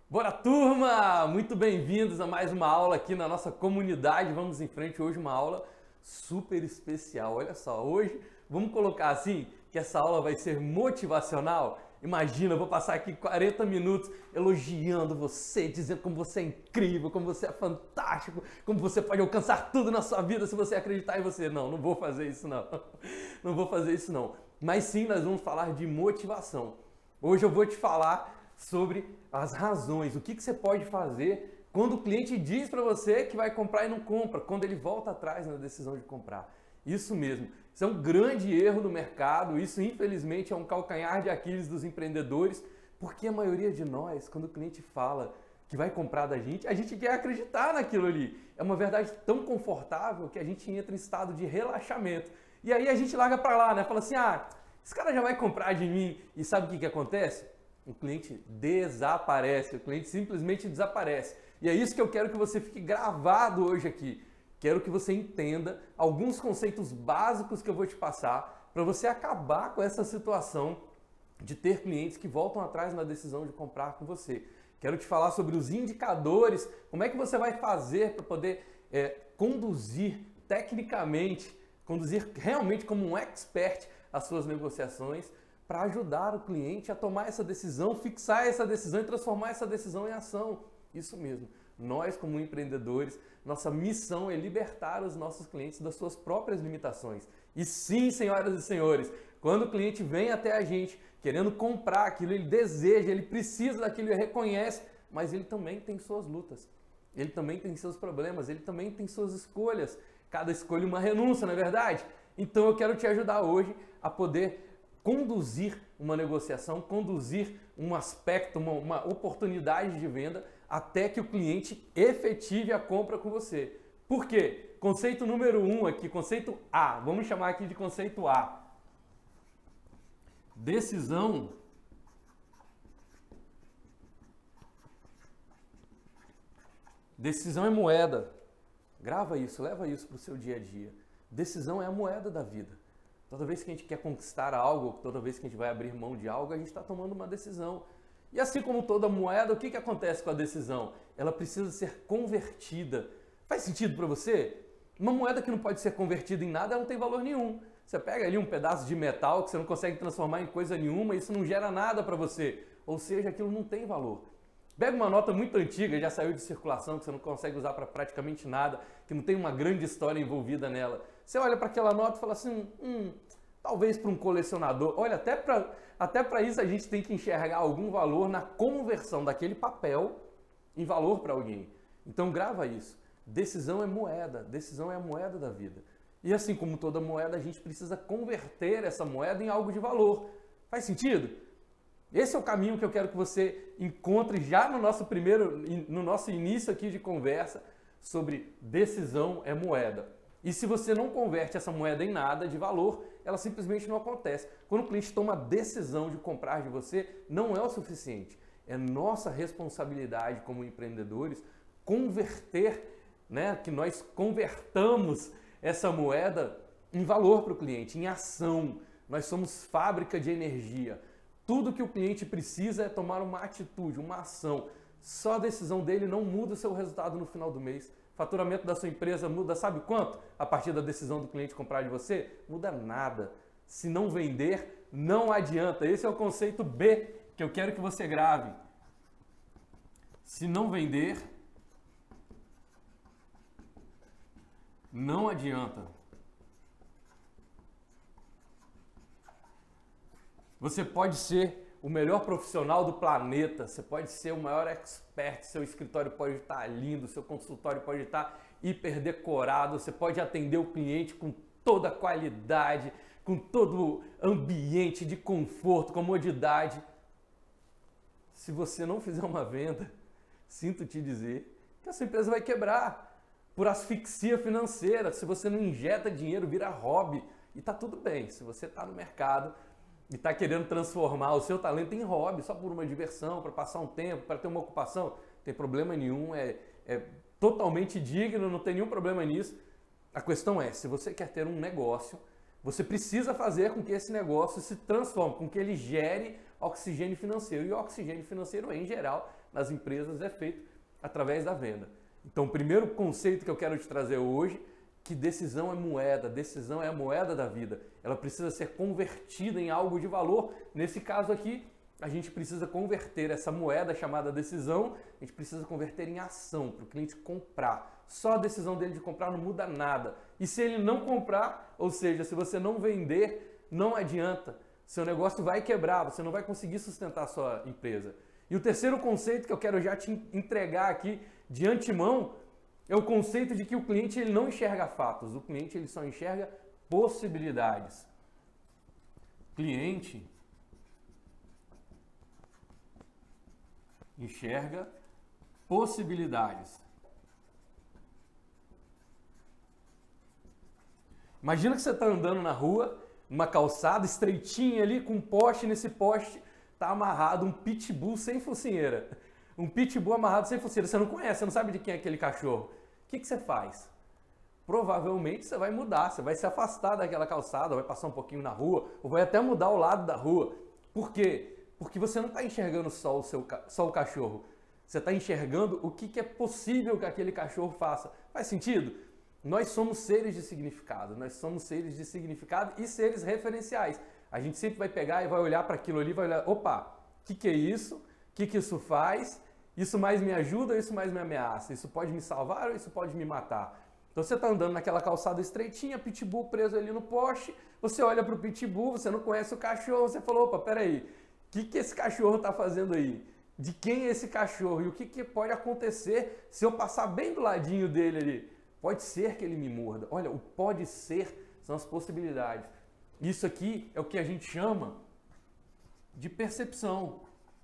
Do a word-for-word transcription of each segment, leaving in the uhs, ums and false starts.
Bora, turma! Muito bem-vindos a mais uma aula aqui na nossa comunidade. Vamos em frente hoje, uma aula super especial. Olha só, hoje vamos colocar assim que essa aula vai ser motivacional. Imagina, eu vou passar aqui quarenta minutos elogiando você, dizendo como você é incrível, como você é fantástico, como você pode alcançar tudo na sua vida se você acreditar em você. Não, não vou fazer isso não. Não vou fazer isso não. Mas sim, nós vamos falar de motivação. Hoje eu vou te falar sobre as razões, o que, que você pode fazer quando o cliente diz para você que vai comprar e não compra, quando ele volta atrás na decisão de comprar. Isso mesmo, isso é um grande erro do mercado, isso infelizmente é um calcanhar de Aquiles dos empreendedores, porque a maioria de nós, quando o cliente fala que vai comprar da gente, a gente quer acreditar naquilo ali. É uma verdade tão confortável que a gente entra em estado de relaxamento. E aí a gente larga para lá, né? Fala assim, ah, esse cara já vai comprar de mim. E sabe o que, que acontece? O cliente desaparece, o cliente simplesmente desaparece. E é isso que eu quero que você fique gravado hoje aqui. Quero que você entenda alguns conceitos básicos que eu vou te passar para você acabar com essa situação de ter clientes que voltam atrás na decisão de comprar com você. Quero te falar sobre os indicadores, como é que você vai fazer para poder é, conduzir tecnicamente, conduzir realmente como um expert as suas negociações, para ajudar o cliente a tomar essa decisão, fixar essa decisão e transformar essa decisão em ação. Isso mesmo. Nós, como empreendedores, nossa missão é libertar os nossos clientes das suas próprias limitações. E sim, senhoras e senhores, quando o cliente vem até a gente querendo comprar aquilo, ele deseja, ele precisa daquilo, ele reconhece, mas ele também tem suas lutas. Ele também tem seus problemas, ele também tem suas escolhas. Cada escolha uma renúncia, não é verdade? Então eu quero te ajudar hoje a poder conduzir uma negociação, conduzir um aspecto, uma, uma oportunidade de venda até que o cliente efetive a compra com você. Por quê? Conceito número um aqui, conceito A. Vamos chamar aqui de conceito A. Decisão Decisão é moeda. Grava isso, leva isso para o seu dia a dia. Decisão é a moeda da vida. Toda vez que a gente quer conquistar algo, toda vez que a gente vai abrir mão de algo, a gente está tomando uma decisão. E assim como toda moeda, o que, que acontece com a decisão? Ela precisa ser convertida. Faz sentido para você? Uma moeda que não pode ser convertida em nada, ela não tem valor nenhum. Você pega ali um pedaço de metal que você não consegue transformar em coisa nenhuma, isso não gera nada para você. Ou seja, aquilo não tem valor. Pega uma nota muito antiga, já saiu de circulação, que você não consegue usar para praticamente nada, que não tem uma grande história envolvida nela. Você olha para aquela nota e fala assim, hum, talvez para um colecionador. Olha, até para até para isso a gente tem que enxergar algum valor na conversão daquele papel em valor para alguém. Então grava isso. Decisão é moeda, decisão é a moeda da vida. E assim como toda moeda, a gente precisa converter essa moeda em algo de valor. Faz sentido? Esse é o caminho que eu quero que você encontre já no nosso primeiro, no nosso início aqui de conversa sobre decisão é moeda. E se você não converte essa moeda em nada de valor, ela simplesmente não acontece. Quando o cliente toma a decisão de comprar de você, não é o suficiente. É nossa responsabilidade como empreendedores converter, né, que nós convertamos essa moeda em valor para o cliente, em ação. Nós somos fábrica de energia. Tudo que o cliente precisa é tomar uma atitude, uma ação. Só a decisão dele não muda o seu resultado no final do mês. O faturamento da sua empresa muda, sabe quanto? A partir da decisão do cliente comprar de você? Muda nada. Se não vender, não adianta. Esse é o conceito B que eu quero que você grave. Se não vender, não adianta. Você pode ser o melhor profissional do planeta, você pode ser o maior expert, seu escritório pode estar lindo, seu consultório pode estar hiper decorado, você pode atender o cliente com toda a qualidade, com todo o ambiente de conforto, comodidade. Se você não fizer uma venda, sinto te dizer que a sua empresa vai quebrar por asfixia financeira. Se você não injeta dinheiro, vira hobby. E tá tudo bem, se você está no mercado e está querendo transformar o seu talento em hobby, só por uma diversão, para passar um tempo, para ter uma ocupação, não tem problema nenhum, é, é totalmente digno, não tem nenhum problema nisso. A questão é, se você quer ter um negócio, você precisa fazer com que esse negócio se transforme, com que ele gere oxigênio financeiro. E o oxigênio financeiro, em geral, nas empresas é feito através da venda. Então, o primeiro conceito que eu quero te trazer hoje, que decisão é moeda, decisão é a moeda da vida. Ela precisa ser convertida em algo de valor. Nesse caso aqui, a gente precisa converter essa moeda chamada decisão, a gente precisa converter em ação para o cliente comprar. Só a decisão dele de comprar não muda nada. E se ele não comprar, ou seja, se você não vender, não adianta. Seu negócio vai quebrar, você não vai conseguir sustentar a sua empresa. E o terceiro conceito que eu quero já te entregar aqui de antemão é o conceito de que o cliente ele não enxerga fatos, o cliente ele só enxerga possibilidades. Cliente enxerga possibilidades. Imagina que você está andando na rua, numa calçada estreitinha ali, com um poste, nesse poste está amarrado um pitbull sem focinheira. Um pitbull amarrado sem focinheira. Você não conhece, você não sabe de quem é aquele cachorro. O que, que você faz? Provavelmente você vai mudar, você vai se afastar daquela calçada, vai passar um pouquinho na rua, ou vai até mudar o lado da rua. Por quê? Porque você não está enxergando só o, seu, só o cachorro. Você está enxergando o que, que é possível que aquele cachorro faça. Faz sentido? Nós somos seres de significado, nós somos seres de significado e seres referenciais. A gente sempre vai pegar e vai olhar para aquilo ali e vai olhar, opa, o que, que é isso? O que, que isso faz? Isso mais me ajuda ou isso mais me ameaça? Isso pode me salvar ou isso pode me matar? Então você está andando naquela calçada estreitinha, pitbull preso ali no poste, você olha para o pitbull, você não conhece o cachorro, você falou, opa, peraí, o que, que esse cachorro está fazendo aí? De quem é esse cachorro? E o que, que pode acontecer se eu passar bem do ladinho dele ali? Pode ser que ele me morda. Olha, o pode ser são as possibilidades. Isso aqui é o que a gente chama de percepção.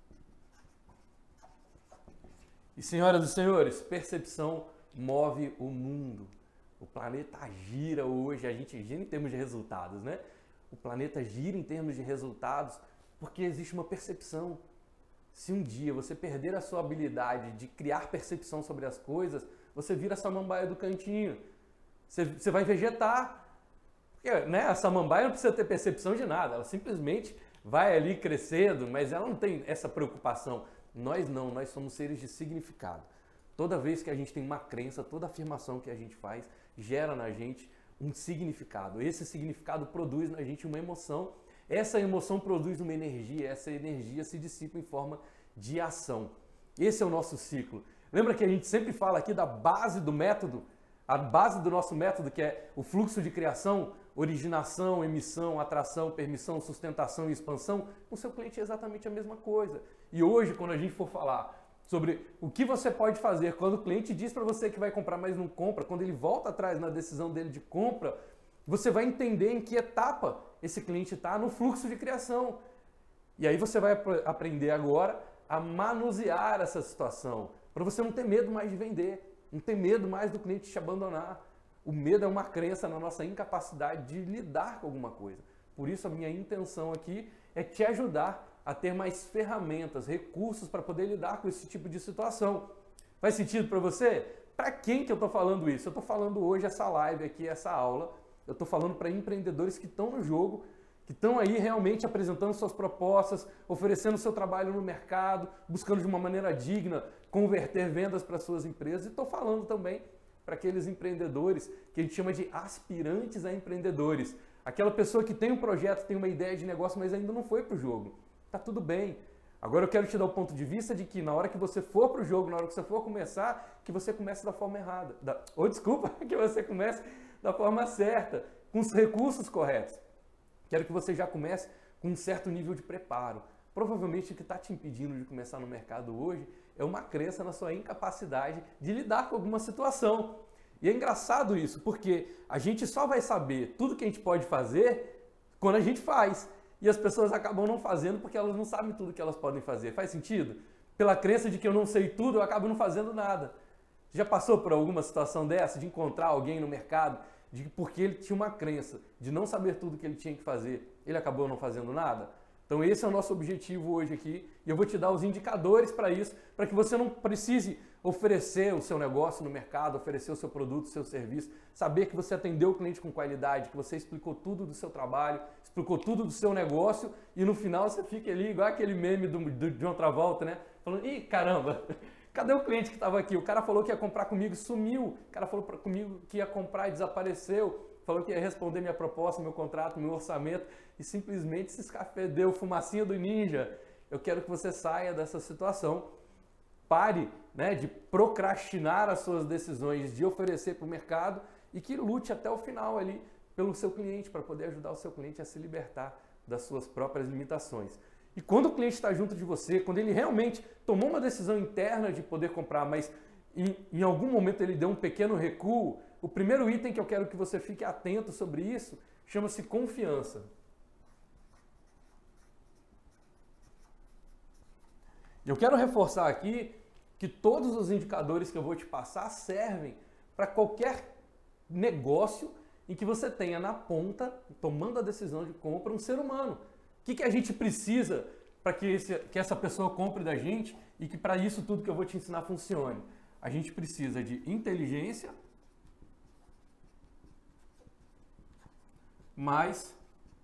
E senhoras e senhores, percepção move o mundo. O planeta gira hoje, a gente gira em termos de resultados, né? O planeta gira em termos de resultados porque existe uma percepção. Se um dia você perder a sua habilidade de criar percepção sobre as coisas, você vira a samambaia do cantinho. Você, você vai vegetar. Porque, né, a samambaia não precisa ter percepção de nada, ela simplesmente vai ali crescendo, mas ela não tem essa preocupação. Nós não, nós somos seres de significado. Toda vez que a gente tem uma crença, toda afirmação que a gente faz, gera na gente um significado. Esse significado produz na gente uma emoção. Essa emoção produz uma energia, essa energia se dissipa em forma de ação. Esse é o nosso ciclo. Lembra que a gente sempre fala aqui da base do método? A base do nosso método, que é o fluxo de criação, originação, emissão, atração, permissão, sustentação e expansão. O seu cliente é exatamente a mesma coisa. E hoje, quando a gente for falar sobre o que você pode fazer quando o cliente diz para você que vai comprar, mas não compra, quando ele volta atrás na decisão dele de compra, você vai entender em que etapa esse cliente está no fluxo de criação. E aí você vai aprender agora a manusear essa situação, para você não ter medo mais de vender, não ter medo mais do cliente te abandonar. O medo é uma crença na nossa incapacidade de lidar com alguma coisa. Por isso a minha intenção aqui é te ajudar a ter mais ferramentas, recursos para poder lidar com esse tipo de situação. Faz sentido para você? Para quem que eu estou falando isso? Eu estou falando hoje essa live aqui, essa aula, eu estou falando para empreendedores que estão no jogo, que estão aí realmente apresentando suas propostas, oferecendo seu trabalho no mercado, buscando de uma maneira digna converter vendas para suas empresas. E estou falando também para aqueles empreendedores que a gente chama de aspirantes a empreendedores. Aquela pessoa que tem um projeto, tem uma ideia de negócio, mas ainda não foi para o jogo. Tá tudo bem. Agora eu quero te dar o ponto de vista de que na hora que você for para o jogo, na hora que você for começar, que você comece da forma errada. Da... Ou desculpa, que você comece da forma certa, com os recursos corretos. Quero que você já comece com um certo nível de preparo. Provavelmente o que está te impedindo de começar no mercado hoje é uma crença na sua incapacidade de lidar com alguma situação. E é engraçado isso, porque a gente só vai saber tudo que a gente pode fazer quando a gente faz. E as pessoas acabam não fazendo porque elas não sabem tudo que elas podem fazer. Faz sentido? Pela crença de que eu não sei tudo, eu acabo não fazendo nada. Já passou por alguma situação dessa, de encontrar alguém no mercado, de que porque ele tinha uma crença de não saber tudo que ele tinha que fazer, ele acabou não fazendo nada? Então esse é o nosso objetivo hoje aqui, e eu vou te dar os indicadores para isso, para que você não precise oferecer o seu negócio no mercado, oferecer o seu produto, o seu serviço, saber que você atendeu o cliente com qualidade, que você explicou tudo do seu trabalho, explicou tudo do seu negócio, e no final você fica ali igual aquele meme do, do John Travolta, né? Falando, ih, caramba, cadê o cliente que estava aqui? O cara falou que ia comprar comigo, sumiu. O cara falou pra, comigo que ia comprar e desapareceu. Falou que ia responder minha proposta, meu contrato, meu orçamento e simplesmente se escafedeu, fumacinha do ninja. Eu quero que você saia dessa situação. Pare, né, de procrastinar as suas decisões, de oferecer para o mercado e que lute até o final ali pelo seu cliente, para poder ajudar o seu cliente a se libertar das suas próprias limitações. E quando o cliente está junto de você, quando ele realmente tomou uma decisão interna de poder comprar, mas em, em algum momento ele deu um pequeno recuo, o primeiro item que eu quero que você fique atento sobre isso chama-se confiança. Eu quero reforçar aqui que todos os indicadores que eu vou te passar servem para qualquer negócio em que você tenha na ponta, tomando a decisão de compra, um ser humano. O que, que a gente precisa para que, que essa pessoa compre da gente e que para isso tudo que eu vou te ensinar funcione? A gente precisa de inteligência mais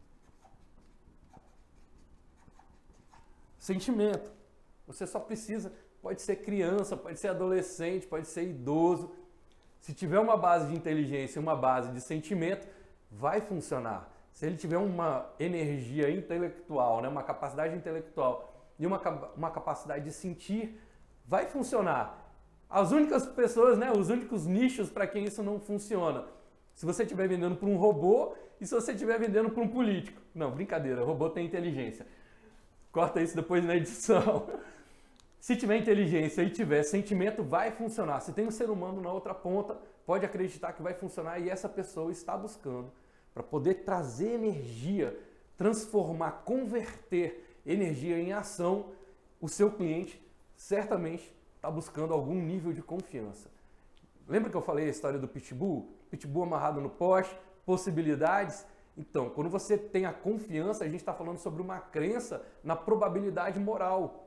sentimento. Você só precisa, pode ser criança, pode ser adolescente, pode ser idoso. Se tiver uma base de inteligência e uma base de sentimento, vai funcionar. Se ele tiver uma energia intelectual, né, uma capacidade intelectual e uma, uma capacidade de sentir, vai funcionar. As únicas pessoas, né, os únicos nichos para quem isso não funciona. Se você estiver vendendo para um robô e se você estiver vendendo para um político. Não, brincadeira, o robô tem inteligência. Corta isso depois na edição. Se tiver inteligência e tiver sentimento, vai funcionar. Se tem um ser humano na outra ponta, pode acreditar que vai funcionar e essa pessoa está buscando para poder trazer energia, transformar, converter energia em ação. O seu cliente certamente está buscando algum nível de confiança. Lembra que eu falei a história do Pitbull? Pitbull amarrado no poste, possibilidades. Então, quando você tem a confiança, a gente está falando sobre uma crença na probabilidade moral.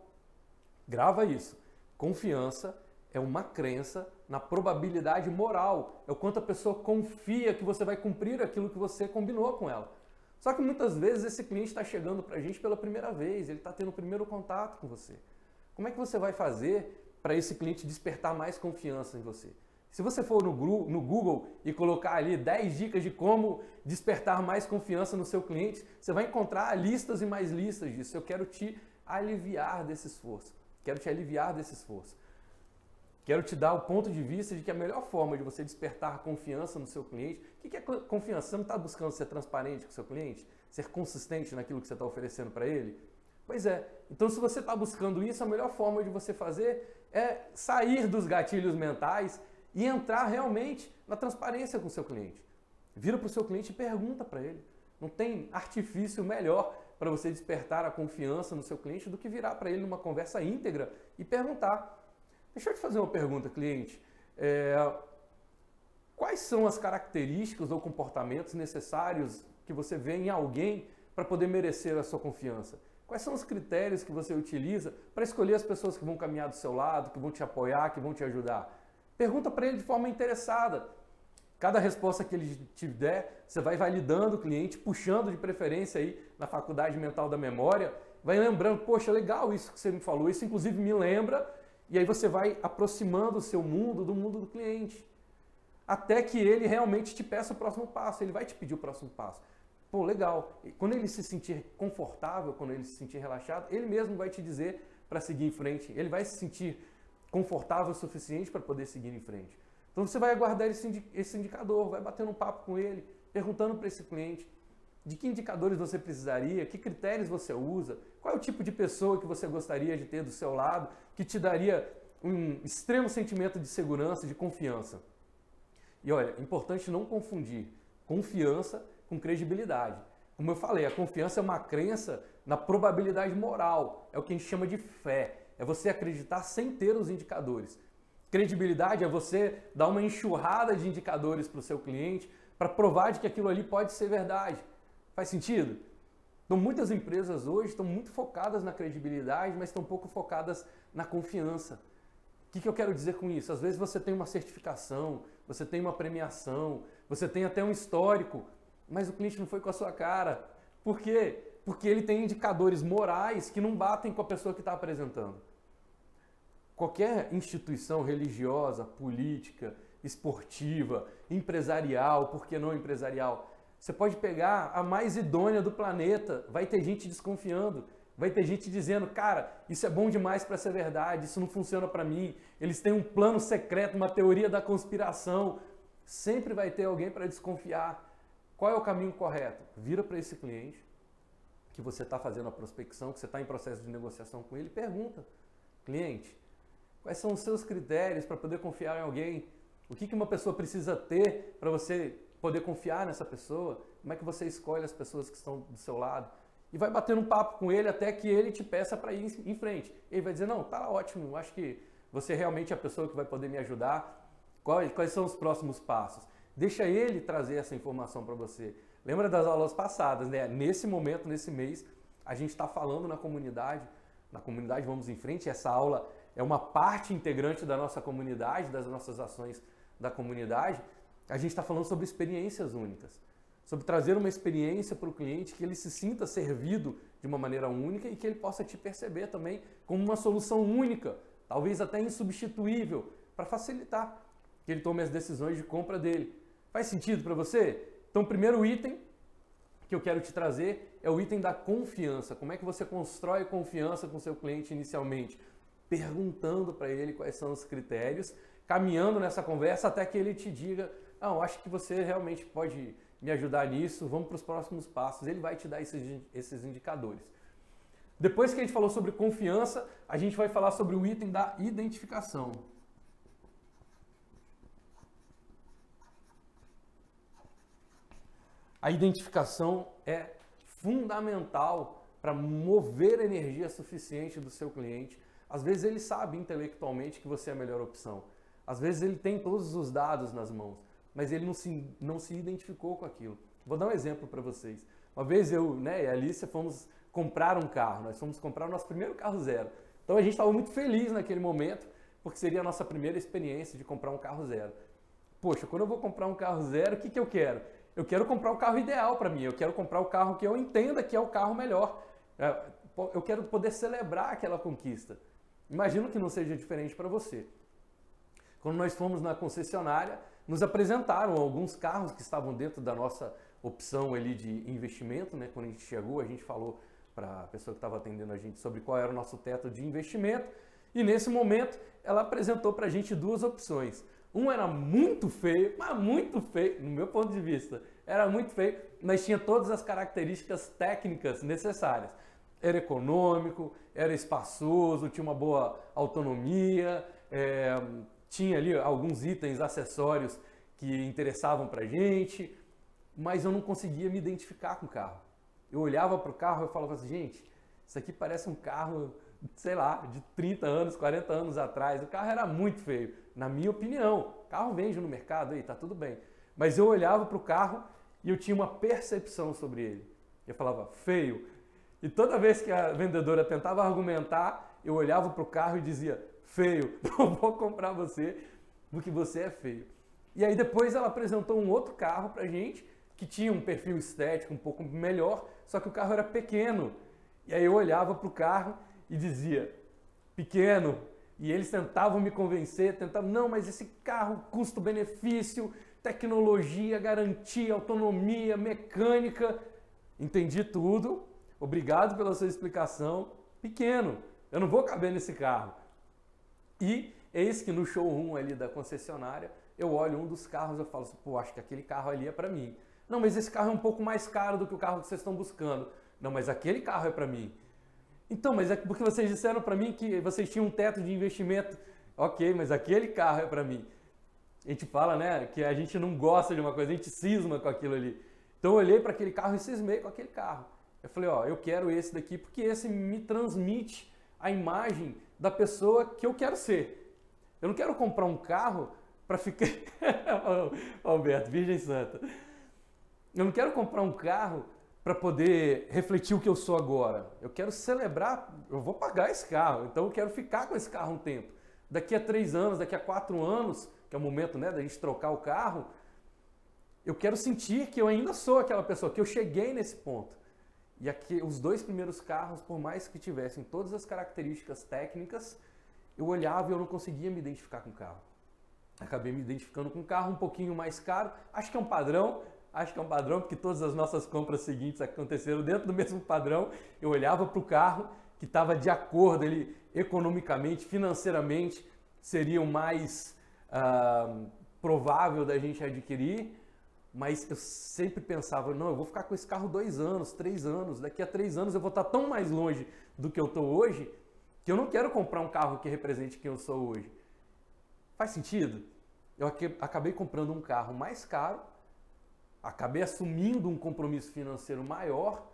Grava isso. Confiança é uma crença na probabilidade moral. É o quanto a pessoa confia que você vai cumprir aquilo que você combinou com ela. Só que muitas vezes esse cliente está chegando para a gente pela primeira vez, ele está tendo o primeiro contato com você. Como é que você vai fazer para esse cliente despertar mais confiança em você? Se você for no Google e colocar ali dez dicas de como despertar mais confiança no seu cliente, você vai encontrar listas e mais listas disso. Eu quero te aliviar desse esforço. Quero te aliviar desse esforço. Quero te dar o ponto de vista de que a melhor forma de você despertar confiança no seu cliente... O que é confiança? Você não está buscando ser transparente com o seu cliente? Ser consistente naquilo que você está oferecendo para ele? Pois é. Então, se você está buscando isso, a melhor forma de você fazer é sair dos gatilhos mentais e entrar realmente na transparência com o seu cliente. Vira para o seu cliente e pergunta para ele. Não tem artifício melhor para você despertar a confiança no seu cliente do que virar para ele numa conversa íntegra e perguntar. Deixa eu te fazer uma pergunta, cliente. É, quais são as características ou comportamentos necessários que você vê em alguém para poder merecer a sua confiança? Quais são os critérios que você utiliza para escolher as pessoas que vão caminhar do seu lado, que vão te apoiar, que vão te ajudar? Pergunta para ele de forma interessada. Cada resposta que ele te der, você vai validando o cliente, puxando de preferência aí na faculdade mental da memória, vai lembrando, poxa, legal isso que você me falou, isso inclusive me lembra, e aí você vai aproximando o seu mundo do mundo do cliente, até que ele realmente te peça o próximo passo, ele vai te pedir o próximo passo. Pô, legal. E quando ele se sentir confortável, quando ele se sentir relaxado, ele mesmo vai te dizer para seguir em frente, ele vai se sentir confortável o suficiente para poder seguir em frente. Então você vai aguardar esse indicador, vai batendo um papo com ele, perguntando para esse cliente de que indicadores você precisaria, que critérios você usa, qual é o tipo de pessoa que você gostaria de ter do seu lado, que te daria um extremo sentimento de segurança, de confiança. E olha, é importante não confundir confiança com credibilidade. Como eu falei, a confiança é uma crença na probabilidade moral, é o que a gente chama de fé, é você acreditar sem ter os indicadores. Credibilidade é você dar uma enxurrada de indicadores para o seu cliente para provar de que aquilo ali pode ser verdade. Faz sentido? Então, muitas empresas hoje estão muito focadas na credibilidade, mas estão pouco focadas na confiança. O que, que eu quero dizer com isso? Às vezes você tem uma certificação, você tem uma premiação, você tem até um histórico, mas o cliente não foi com a sua cara. Por quê? Porque ele tem indicadores morais que não batem com a pessoa que está apresentando. qualquer instituição religiosa, política, esportiva, empresarial, por que não empresarial? Você pode pegar a mais idônea do planeta, vai ter gente desconfiando, vai ter gente dizendo, cara, isso é bom demais para ser verdade, isso não funciona para mim, eles têm um plano secreto, uma teoria da conspiração. Sempre vai ter alguém para desconfiar. Qual é o caminho correto? Vira para esse cliente que você está fazendo a prospecção, que você está em processo de negociação com ele, e pergunta, cliente, quais são os seus critérios para poder confiar em alguém? O que que uma pessoa precisa ter para você poder confiar nessa pessoa? Como é que você escolhe as pessoas que estão do seu lado? E vai batendo um papo com ele até que ele te peça para ir em frente. Ele vai dizer, não, tá ótimo, acho que você realmente é a pessoa que vai poder me ajudar. Quais, quais são os próximos passos? Deixa ele trazer essa informação para você. Lembra das aulas passadas, né? Nesse momento, nesse mês, a gente está falando na comunidade, na comunidade Vamos em Frente, essa aula é uma parte integrante da nossa comunidade, das nossas ações da comunidade. A gente está falando sobre experiências únicas, sobre trazer uma experiência para o cliente que ele se sinta servido de uma maneira única e que ele possa te perceber também como uma solução única, talvez até insubstituível, para facilitar que ele tome as decisões de compra dele. Faz sentido para você? Então, o primeiro item que eu quero te trazer é o item da confiança. Como é que você constrói confiança com seu cliente inicialmente? Perguntando para ele quais são os critérios, caminhando nessa conversa até que ele te diga, não, acho que você realmente pode me ajudar nisso, vamos para os próximos passos. Ele vai te dar esses, esses indicadores. Depois que a gente falou sobre confiança, a gente vai falar sobre o item da identificação. A identificação é fundamental para mover energia suficiente do seu cliente. Às vezes ele sabe intelectualmente que você é a melhor opção. Às vezes ele tem todos os dados nas mãos, mas ele não se, não se identificou com aquilo. Vou dar um exemplo para vocês. Uma vez eu né, e a Alicia fomos comprar um carro, nós fomos comprar o nosso primeiro carro zero. Então a gente estava muito feliz naquele momento, porque seria a nossa primeira experiência de comprar um carro zero. Poxa, quando eu vou comprar um carro zero, o que, que eu quero? Eu quero comprar o carro ideal para mim, eu quero comprar o carro que eu entenda que é o carro melhor. Eu quero poder celebrar aquela conquista. Imagino que não seja diferente para você. Quando nós fomos na concessionária, nos apresentaram alguns carros que estavam dentro da nossa opção ali de investimento, né? Quando a gente chegou, a gente falou para a pessoa que estava atendendo a gente sobre qual era o nosso teto de investimento, e nesse momento ela apresentou para a gente duas opções. Um era muito feio, mas muito feio, no meu ponto de vista, era muito feio, mas tinha todas as características técnicas necessárias. Era econômico, era espaçoso, tinha uma boa autonomia, é, tinha ali alguns itens, acessórios que interessavam pra gente, mas eu não conseguia me identificar com o carro. Eu olhava para o carro e falava assim, gente, isso aqui parece um carro, sei lá, de trinta anos, quarenta anos atrás. O carro era muito feio, na minha opinião. O carro vende no mercado aí, tá tudo bem. Mas eu olhava para o carro e eu tinha uma percepção sobre ele. Eu falava, feio. E toda vez que a vendedora tentava argumentar, eu olhava para o carro e dizia, feio, não vou comprar você porque você é feio. E aí depois ela apresentou um outro carro pra gente, que tinha um perfil estético um pouco melhor, só que o carro era pequeno. E aí eu olhava para o carro e dizia, pequeno, e eles tentavam me convencer, tentavam, não, mas esse carro, custo-benefício, tecnologia, garantia, autonomia, mecânica, entendi tudo, obrigado pela sua explicação, pequeno, eu não vou caber nesse carro. E eis que no showroom ali da concessionária, eu olho um dos carros e falo assim, pô, acho que aquele carro ali é para mim. Não, mas esse carro é um pouco mais caro do que o carro que vocês estão buscando. Não, mas aquele carro é para mim. Então, mas é porque vocês disseram para mim que vocês tinham um teto de investimento. Ok, mas aquele carro é para mim. A gente fala, né, que a gente não gosta de uma coisa, a gente cisma com aquilo ali. Então eu olhei para aquele carro e cismei com aquele carro. Eu falei, ó, eu quero esse daqui porque esse me transmite a imagem da pessoa que eu quero ser. Eu não quero comprar um carro para ficar... Alberto, Virgem Santa. Eu não quero comprar um carro para poder refletir o que eu sou agora. Eu quero celebrar, eu vou pagar esse carro, então eu quero ficar com esse carro um tempo. Daqui a três anos, daqui a quatro anos, que é o momento, né, da gente trocar o carro, eu quero sentir que eu ainda sou aquela pessoa, que eu cheguei nesse ponto. E aqui, os dois primeiros carros, por mais que tivessem todas as características técnicas, eu olhava e eu não conseguia me identificar com o carro. Acabei me identificando com um carro um pouquinho mais caro, acho que é um padrão, acho que é um padrão, porque todas as nossas compras seguintes aconteceram dentro do mesmo padrão. Eu olhava para o carro que estava de acordo, ele economicamente, financeiramente, seria o mais ah, provável da gente adquirir, mas eu sempre pensava, não, eu vou ficar com esse carro dois anos, três anos, daqui a três anos eu vou estar tão mais longe do que eu estou hoje, que eu não quero comprar um carro que represente quem eu sou hoje. Faz sentido? Eu acabei comprando um carro mais caro, acabei assumindo um compromisso financeiro maior,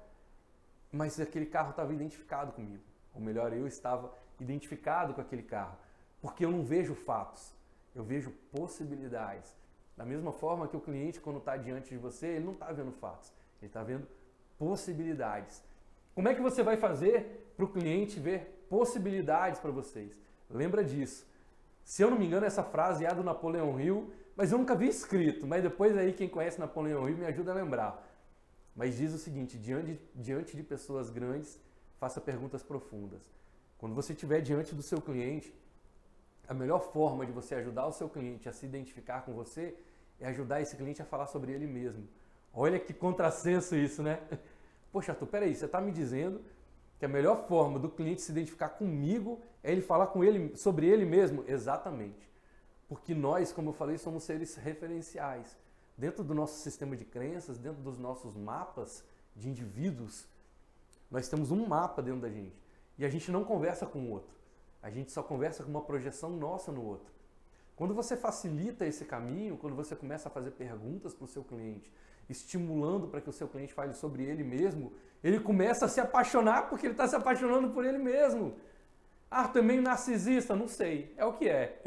mas aquele carro estava identificado comigo. Ou melhor, eu estava identificado com aquele carro, porque eu não vejo fatos, eu vejo possibilidades. Da mesma forma que o cliente, quando está diante de você, ele não está vendo fatos, ele está vendo possibilidades. Como é que você vai fazer para o cliente ver possibilidades para vocês? Lembra disso. Se eu não me engano, essa frase é a do Napoleão Hill, mas eu nunca vi escrito, mas depois aí quem conhece Napoleão Hill me ajuda a lembrar. Mas diz o seguinte, diante, diante de pessoas grandes, faça perguntas profundas. Quando você estiver diante do seu cliente, a melhor forma de você ajudar o seu cliente a se identificar com você é ajudar esse cliente a falar sobre ele mesmo. Olha que contrassenso isso, né? Poxa, Arthur, peraí, você está me dizendo que a melhor forma do cliente se identificar comigo é ele falar com ele, sobre ele mesmo? Exatamente. Porque nós, como eu falei, somos seres referenciais. Dentro do nosso sistema de crenças, dentro dos nossos mapas de indivíduos, nós temos um mapa dentro da gente. E a gente não conversa com o outro. A gente só conversa com uma projeção nossa no outro. Quando você facilita esse caminho, quando você começa a fazer perguntas para o seu cliente, estimulando para que o seu cliente fale sobre ele mesmo, ele começa a se apaixonar porque ele está se apaixonando por ele mesmo. Ah, tu é meio narcisista? Não sei, é o que é.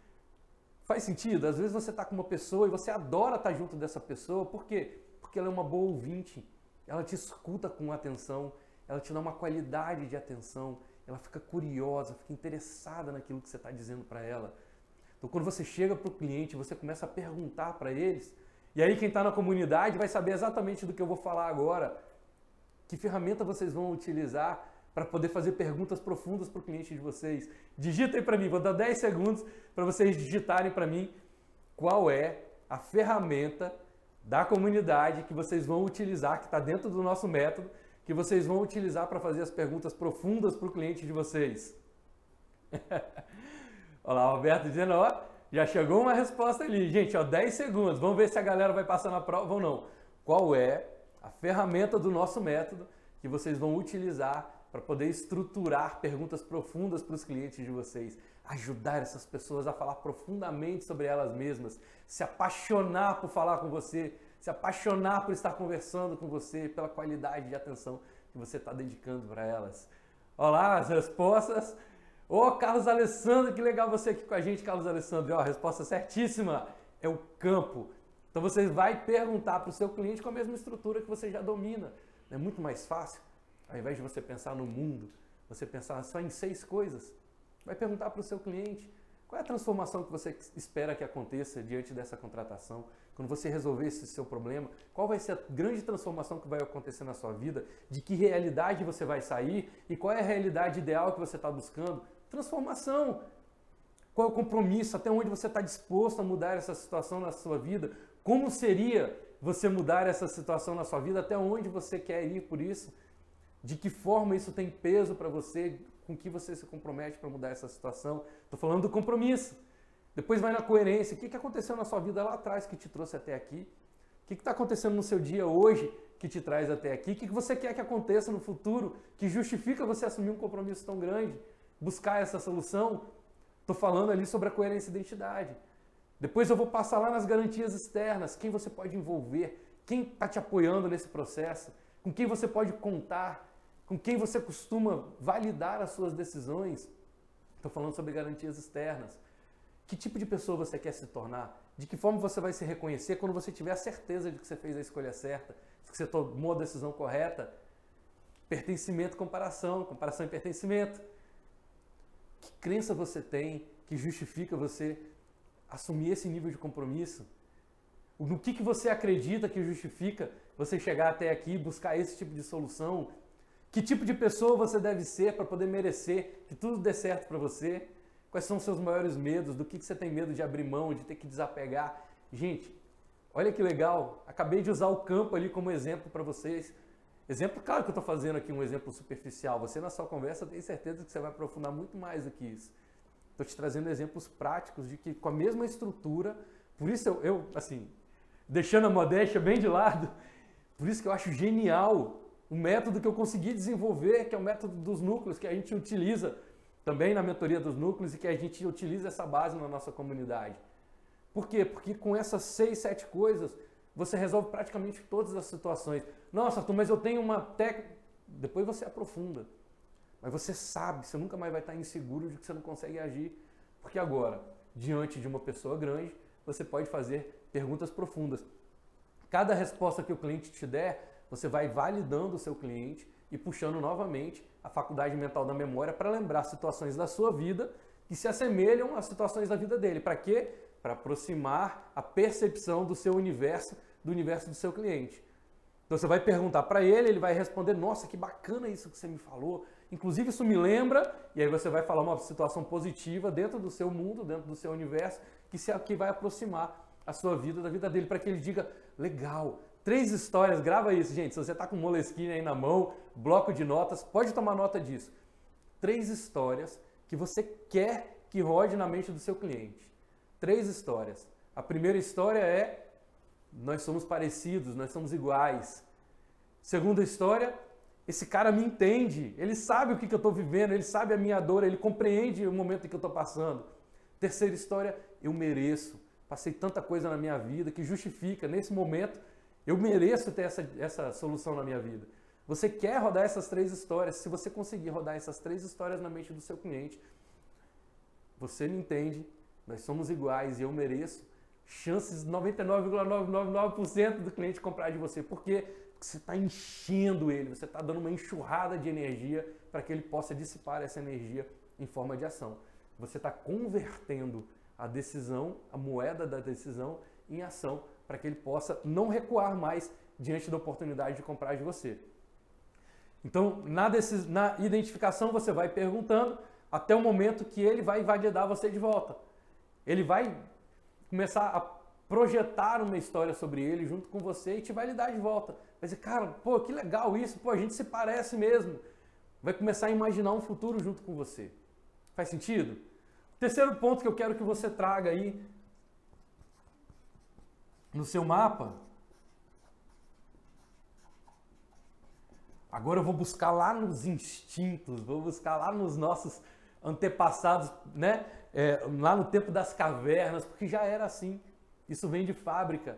Faz sentido? Às vezes você está com uma pessoa e você adora estar junto dessa pessoa, por quê? Porque ela é uma boa ouvinte, ela te escuta com atenção, ela te dá uma qualidade de atenção, ela fica curiosa, fica interessada naquilo que você está dizendo para ela. Então, quando você chega para o cliente, você começa a perguntar para eles, e aí quem está na comunidade vai saber exatamente do que eu vou falar agora. Que ferramenta vocês vão utilizar para poder fazer perguntas profundas para o cliente de vocês? Digitem para mim, vou dar dez segundos para vocês digitarem para mim qual é a ferramenta da comunidade que vocês vão utilizar, que está dentro do nosso método, que vocês vão utilizar para fazer as perguntas profundas para o cliente de vocês. Olha lá, o Roberto dizendo, ó, já chegou uma resposta ali. Gente, ó, dez segundos, vamos ver se a galera vai passar na prova ou não. Qual é a ferramenta do nosso método que vocês vão utilizar para poder estruturar perguntas profundas para os clientes de vocês, ajudar essas pessoas a falar profundamente sobre elas mesmas, se apaixonar por falar com você, se apaixonar por estar conversando com você, pela qualidade de atenção que você está dedicando para elas. Olha lá as respostas. Ô, Carlos Alessandro, que legal você aqui com a gente, Carlos Alessandro. Ó, a resposta certíssima é o campo. Então você vai perguntar para o seu cliente com a mesma estrutura que você já domina. É muito mais fácil. Ao invés de você pensar no mundo, você pensar só em seis coisas, vai perguntar para o seu cliente qual é a transformação que você espera que aconteça diante dessa contratação. Quando você resolver esse seu problema, qual vai ser a grande transformação que vai acontecer na sua vida, de que realidade você vai sair e qual é a realidade ideal que você está buscando. Transformação. Qual é o compromisso? Até onde você está disposto a mudar essa situação na sua vida? Como seria você mudar essa situação na sua vida? Até onde você quer ir por isso? De que forma isso tem peso para você? Com que você se compromete para mudar essa situação? Estou falando do compromisso. Depois vai na coerência. O que aconteceu na sua vida lá atrás que te trouxe até aqui? O que está acontecendo no seu dia hoje que te traz até aqui? O que você quer que aconteça no futuro que justifica você assumir um compromisso tão grande? Buscar essa solução? Estou falando ali sobre a coerência e identidade. Depois eu vou passar lá nas garantias externas. Quem você pode envolver? Quem está te apoiando nesse processo? Com quem você pode contar? Com quem você costuma validar as suas decisões? Estou falando sobre garantias externas. Que tipo de pessoa você quer se tornar? De que forma você vai se reconhecer quando você tiver a certeza de que você fez a escolha certa? De que você tomou a decisão correta? Pertencimento, comparação. Comparação e pertencimento. Que crença você tem que justifica você assumir esse nível de compromisso? No que, que você acredita que justifica você chegar até aqui e buscar esse tipo de solução? Que tipo de pessoa você deve ser para poder merecer que tudo dê certo para você? Quais são os seus maiores medos? Do que você tem medo de abrir mão, de ter que desapegar? Gente, olha que legal. Acabei de usar o campo ali como exemplo para vocês. Exemplo, claro que eu estou fazendo aqui um exemplo superficial. Você na sua conversa tem certeza que você vai aprofundar muito mais do que isso. Estou te trazendo exemplos práticos de que com a mesma estrutura, por isso eu, eu, assim, deixando a modéstia bem de lado, por isso que eu acho genial o método que eu consegui desenvolver, que é o método dos núcleos, que a gente utiliza também na mentoria dos núcleos e que a gente utiliza essa base na nossa comunidade. Por quê? Porque com essas seis, sete coisas, você resolve praticamente todas as situações. Nossa, Arthur, mas eu tenho uma técnica... Depois você aprofunda. Mas você sabe, você nunca mais vai estar inseguro de que você não consegue agir. Porque agora, diante de uma pessoa grande, você pode fazer perguntas profundas. Cada resposta que o cliente te der, você vai validando o seu cliente e puxando novamente a faculdade mental da memória para lembrar situações da sua vida que se assemelham às situações da vida dele. Para quê? Para aproximar a percepção do seu universo do universo do seu cliente. Então você vai perguntar para ele, ele vai responder, nossa, que bacana isso que você me falou. Inclusive isso me lembra, e aí você vai falar uma situação positiva dentro do seu mundo, dentro do seu universo, que, se, que vai aproximar a sua vida da vida dele, para que ele diga, legal, três histórias, grava isso, gente, se você está com o Moleskine aí na mão, bloco de notas, pode tomar nota disso. Três histórias que você quer que rode na mente do seu cliente. Três histórias. A primeira história é, nós somos parecidos, nós somos iguais. Segunda história, esse cara me entende, ele sabe o que eu estou vivendo, ele sabe a minha dor, ele compreende o momento que eu estou passando. Terceira história, eu mereço. Passei tanta coisa na minha vida que justifica, nesse momento, eu mereço ter essa, essa solução na minha vida. Você quer rodar essas três histórias, se você conseguir rodar essas três histórias na mente do seu cliente, você me entende, nós somos iguais e eu mereço, chances noventa e nove vírgula novecentos e noventa e nove por cento do cliente comprar de você. Por quê? Porque você está enchendo ele, você está dando uma enxurrada de energia para que ele possa dissipar essa energia em forma de ação. Você está convertendo a decisão, a moeda da decisão, em ação, para que ele possa não recuar mais diante da oportunidade de comprar de você. Então, na, decis... na identificação, você vai perguntando até o momento que ele vai validar você de volta. Ele vai começar a projetar uma história sobre ele junto com você e te validar de volta. Vai dizer, cara, pô, que legal isso, pô, a gente se parece mesmo. Vai começar a imaginar um futuro junto com você. Faz sentido? Terceiro ponto que eu quero que você traga aí no seu mapa. Agora eu vou buscar lá nos instintos, vou buscar lá nos nossos antepassados, né? É, lá no tempo das cavernas, porque já era assim. Isso vem de fábrica.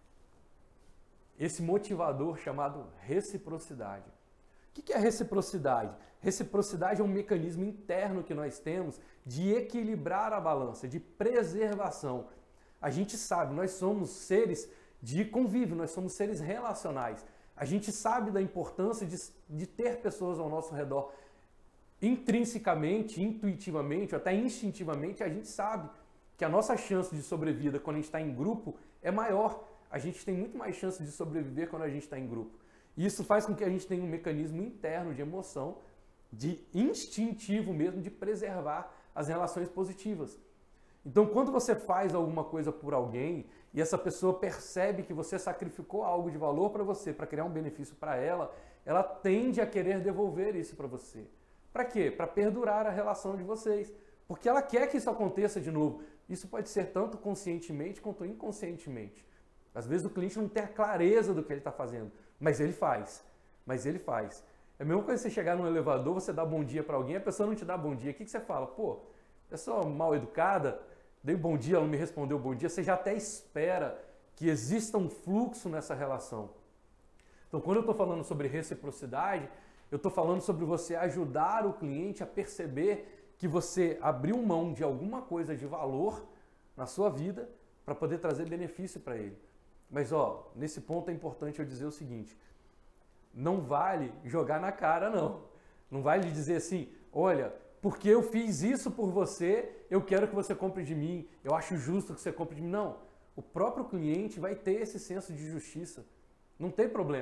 Esse motivador chamado reciprocidade. O que é reciprocidade? Reciprocidade é um mecanismo interno que nós temos de equilibrar a balança, de preservação. A gente sabe, nós somos seres de convívio, nós somos seres relacionais. A gente sabe da importância de, de ter pessoas ao nosso redor. Intrinsecamente, intuitivamente, ou até instintivamente, a gente sabe que a nossa chance de sobrevida quando a gente está em grupo é maior. A gente tem muito mais chance de sobreviver quando a gente está em grupo. E isso faz com que a gente tenha um mecanismo interno de emoção, de instintivo mesmo, de preservar as relações positivas. Então, quando você faz alguma coisa por alguém e essa pessoa percebe que você sacrificou algo de valor para você, para criar um benefício para ela, ela tende a querer devolver isso para você. Para quê? Para perdurar a relação de vocês. Porque ela quer que isso aconteça de novo. Isso pode ser tanto conscientemente quanto inconscientemente. Às vezes o cliente não tem a clareza do que ele está fazendo, mas ele faz. Mas ele faz. É a mesma coisa você chegar num elevador, você dá bom dia para alguém, a pessoa não te dá bom dia. O que, que você fala? Pô, pessoa mal educada, dei bom dia, ela não me respondeu bom dia. Você já até espera que exista um fluxo nessa relação. Então, quando eu estou falando sobre reciprocidade, eu estou falando sobre você ajudar o cliente a perceber que você abriu mão de alguma coisa de valor na sua vida para poder trazer benefício para ele. Mas, ó, nesse ponto é importante eu dizer o seguinte, não vale jogar na cara, não. Não vale dizer assim, olha, porque eu fiz isso por você, eu quero que você compre de mim, eu acho justo que você compre de mim. Não, o próprio cliente vai ter esse senso de justiça. Não tem problema.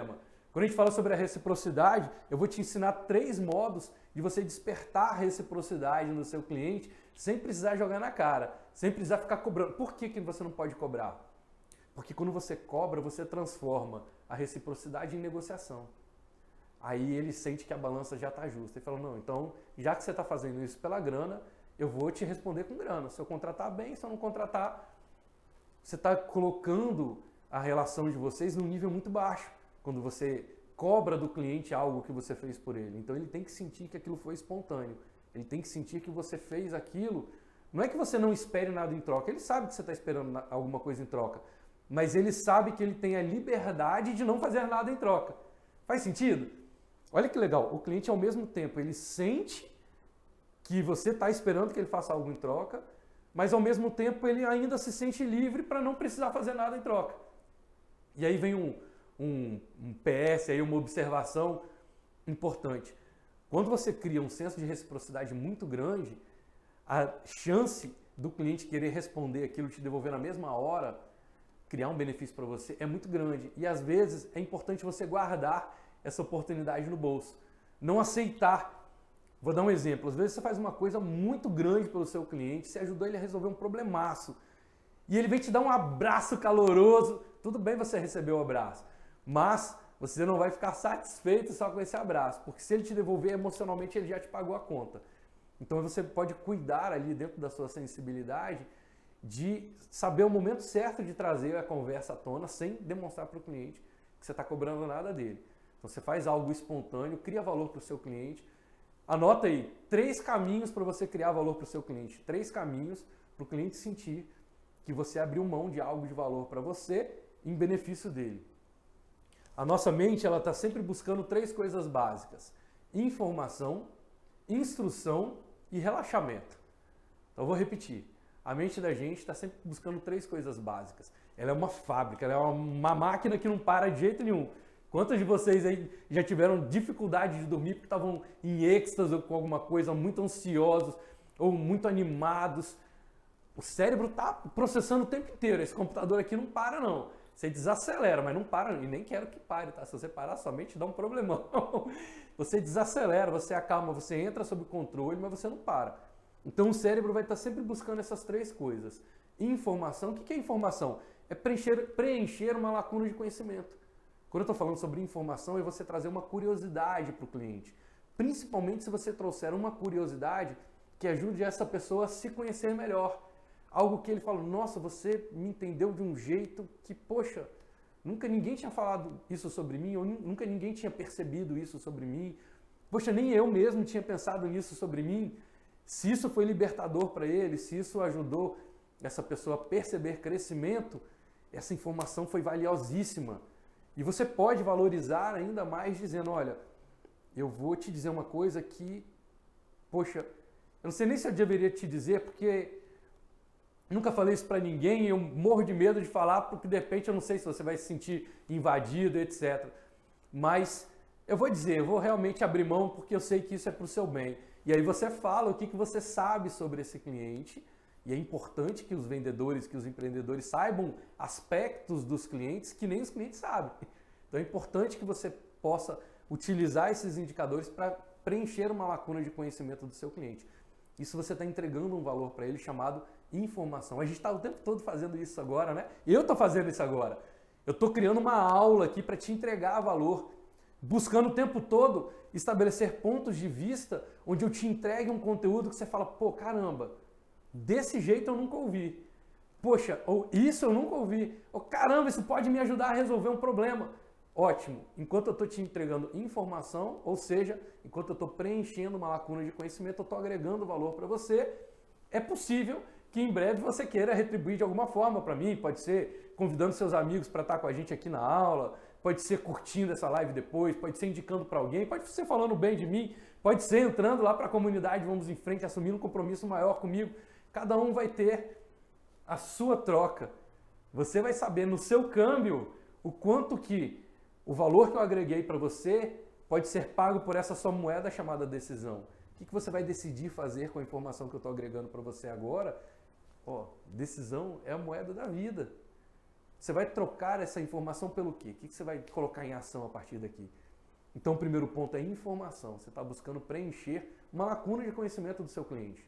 Quando a gente fala sobre a reciprocidade, eu vou te ensinar três modos de você despertar a reciprocidade no seu cliente sem precisar jogar na cara, sem precisar ficar cobrando. Por que que você não pode cobrar? Porque quando você cobra, você transforma a reciprocidade em negociação. Aí ele sente que a balança já está justa. Ele fala, não, então, já que você está fazendo isso pela grana, eu vou te responder com grana. Se eu contratar bem, se eu não contratar, você está colocando a relação de vocês num nível muito baixo. Quando você cobra do cliente algo que você fez por ele. Então ele tem que sentir que aquilo foi espontâneo. Ele tem que sentir que você fez aquilo. Não é que você não espere nada em troca. Ele sabe que você está esperando alguma coisa em troca. Mas ele sabe que ele tem a liberdade de não fazer nada em troca. Faz sentido? Olha que legal. O cliente, ao mesmo tempo, ele sente que você está esperando que ele faça algo em troca, mas ao mesmo tempo ele ainda se sente livre para não precisar fazer nada em troca. E aí vem um... Um, um P S, aí uma observação importante. Quando você cria um senso de reciprocidade muito grande, a chance do cliente querer responder aquilo e te devolver na mesma hora, criar um benefício para você, é muito grande. E às vezes é importante você guardar essa oportunidade no bolso. Não aceitar. Vou dar um exemplo. Às vezes você faz uma coisa muito grande pelo seu cliente, você ajudou ele a resolver um problemaço. E ele vem te dar um abraço caloroso. Tudo bem você receber o abraço. Mas você não vai ficar satisfeito só com esse abraço, porque se ele te devolver emocionalmente, ele já te pagou a conta. Então você pode cuidar ali dentro da sua sensibilidade de saber o momento certo de trazer a conversa à tona sem demonstrar para o cliente que você está cobrando nada dele. Então você faz algo espontâneo, cria valor para o seu cliente. Anota aí, três caminhos para você criar valor para o seu cliente. Três caminhos para o cliente sentir que você abriu mão de algo de valor para você em benefício dele. A nossa mente ela está sempre buscando três coisas básicas: informação, instrução e relaxamento. Então eu vou repetir. A mente da gente está sempre buscando três coisas básicas. Ela é uma fábrica, ela é uma máquina que não para de jeito nenhum. Quantos de vocês aí já tiveram dificuldade de dormir porque estavam em êxtase ou com alguma coisa, muito ansiosos ou muito animados? O cérebro está processando o tempo inteiro. Esse computador aqui não para não. Você desacelera, mas não para, e nem quero que pare, tá? Se você parar, sua mente dá um problemão. Você desacelera, você acalma, você entra sob controle, mas você não para. Então o cérebro vai estar sempre buscando essas três coisas. Informação, o que é informação? É preencher, preencher uma lacuna de conhecimento. Quando eu estou falando sobre informação, é você trazer uma curiosidade para o cliente. Principalmente se você trouxer uma curiosidade que ajude essa pessoa a se conhecer melhor. Algo que ele fala, nossa, você me entendeu de um jeito que, poxa, nunca ninguém tinha falado isso sobre mim, ou nunca ninguém tinha percebido isso sobre mim. Poxa, nem eu mesmo tinha pensado nisso sobre mim. Se isso foi libertador para ele, se isso ajudou essa pessoa a perceber crescimento, essa informação foi valiosíssima. E você pode valorizar ainda mais dizendo, olha, eu vou te dizer uma coisa que, poxa, eu não sei nem se eu deveria te dizer, porque nunca falei isso para ninguém, eu morro de medo de falar, porque de repente eu não sei se você vai se sentir invadido, etcétera. Mas eu vou dizer, eu vou realmente abrir mão porque eu sei que isso é para o seu bem. E aí você fala o que, que você sabe sobre esse cliente, e é importante que os vendedores, que os empreendedores saibam aspectos dos clientes que nem os clientes sabem. Então é importante que você possa utilizar esses indicadores para preencher uma lacuna de conhecimento do seu cliente. Isso você está entregando um valor para ele chamado informação. A gente está o tempo todo fazendo isso agora, né? Eu estou fazendo isso agora. Eu estou criando uma aula aqui para te entregar valor, buscando o tempo todo estabelecer pontos de vista onde eu te entregue um conteúdo que você fala, pô, caramba, desse jeito eu nunca ouvi. Poxa, ou isso eu nunca ouvi. Ou caramba, isso pode me ajudar a resolver um problema. Ótimo. Enquanto eu estou te entregando informação, ou seja, enquanto eu estou preenchendo uma lacuna de conhecimento, eu estou agregando valor para você, é possível que em breve você queira retribuir de alguma forma para mim. Pode ser convidando seus amigos para estar com a gente aqui na aula, pode ser curtindo essa live depois, pode ser indicando para alguém, pode ser falando bem de mim, pode ser entrando lá para a comunidade, vamos em frente, assumindo um compromisso maior comigo. Cada um vai ter a sua troca. Você vai saber no seu câmbio o quanto que o valor que eu agreguei para você pode ser pago por essa sua moeda chamada decisão. O que você vai decidir fazer com a informação que eu estou agregando para você agora? Ó, decisão é a moeda da vida. Você vai trocar essa informação pelo quê? O que você vai colocar em ação a partir daqui? Então, o primeiro ponto é informação. Você está buscando preencher uma lacuna de conhecimento do seu cliente.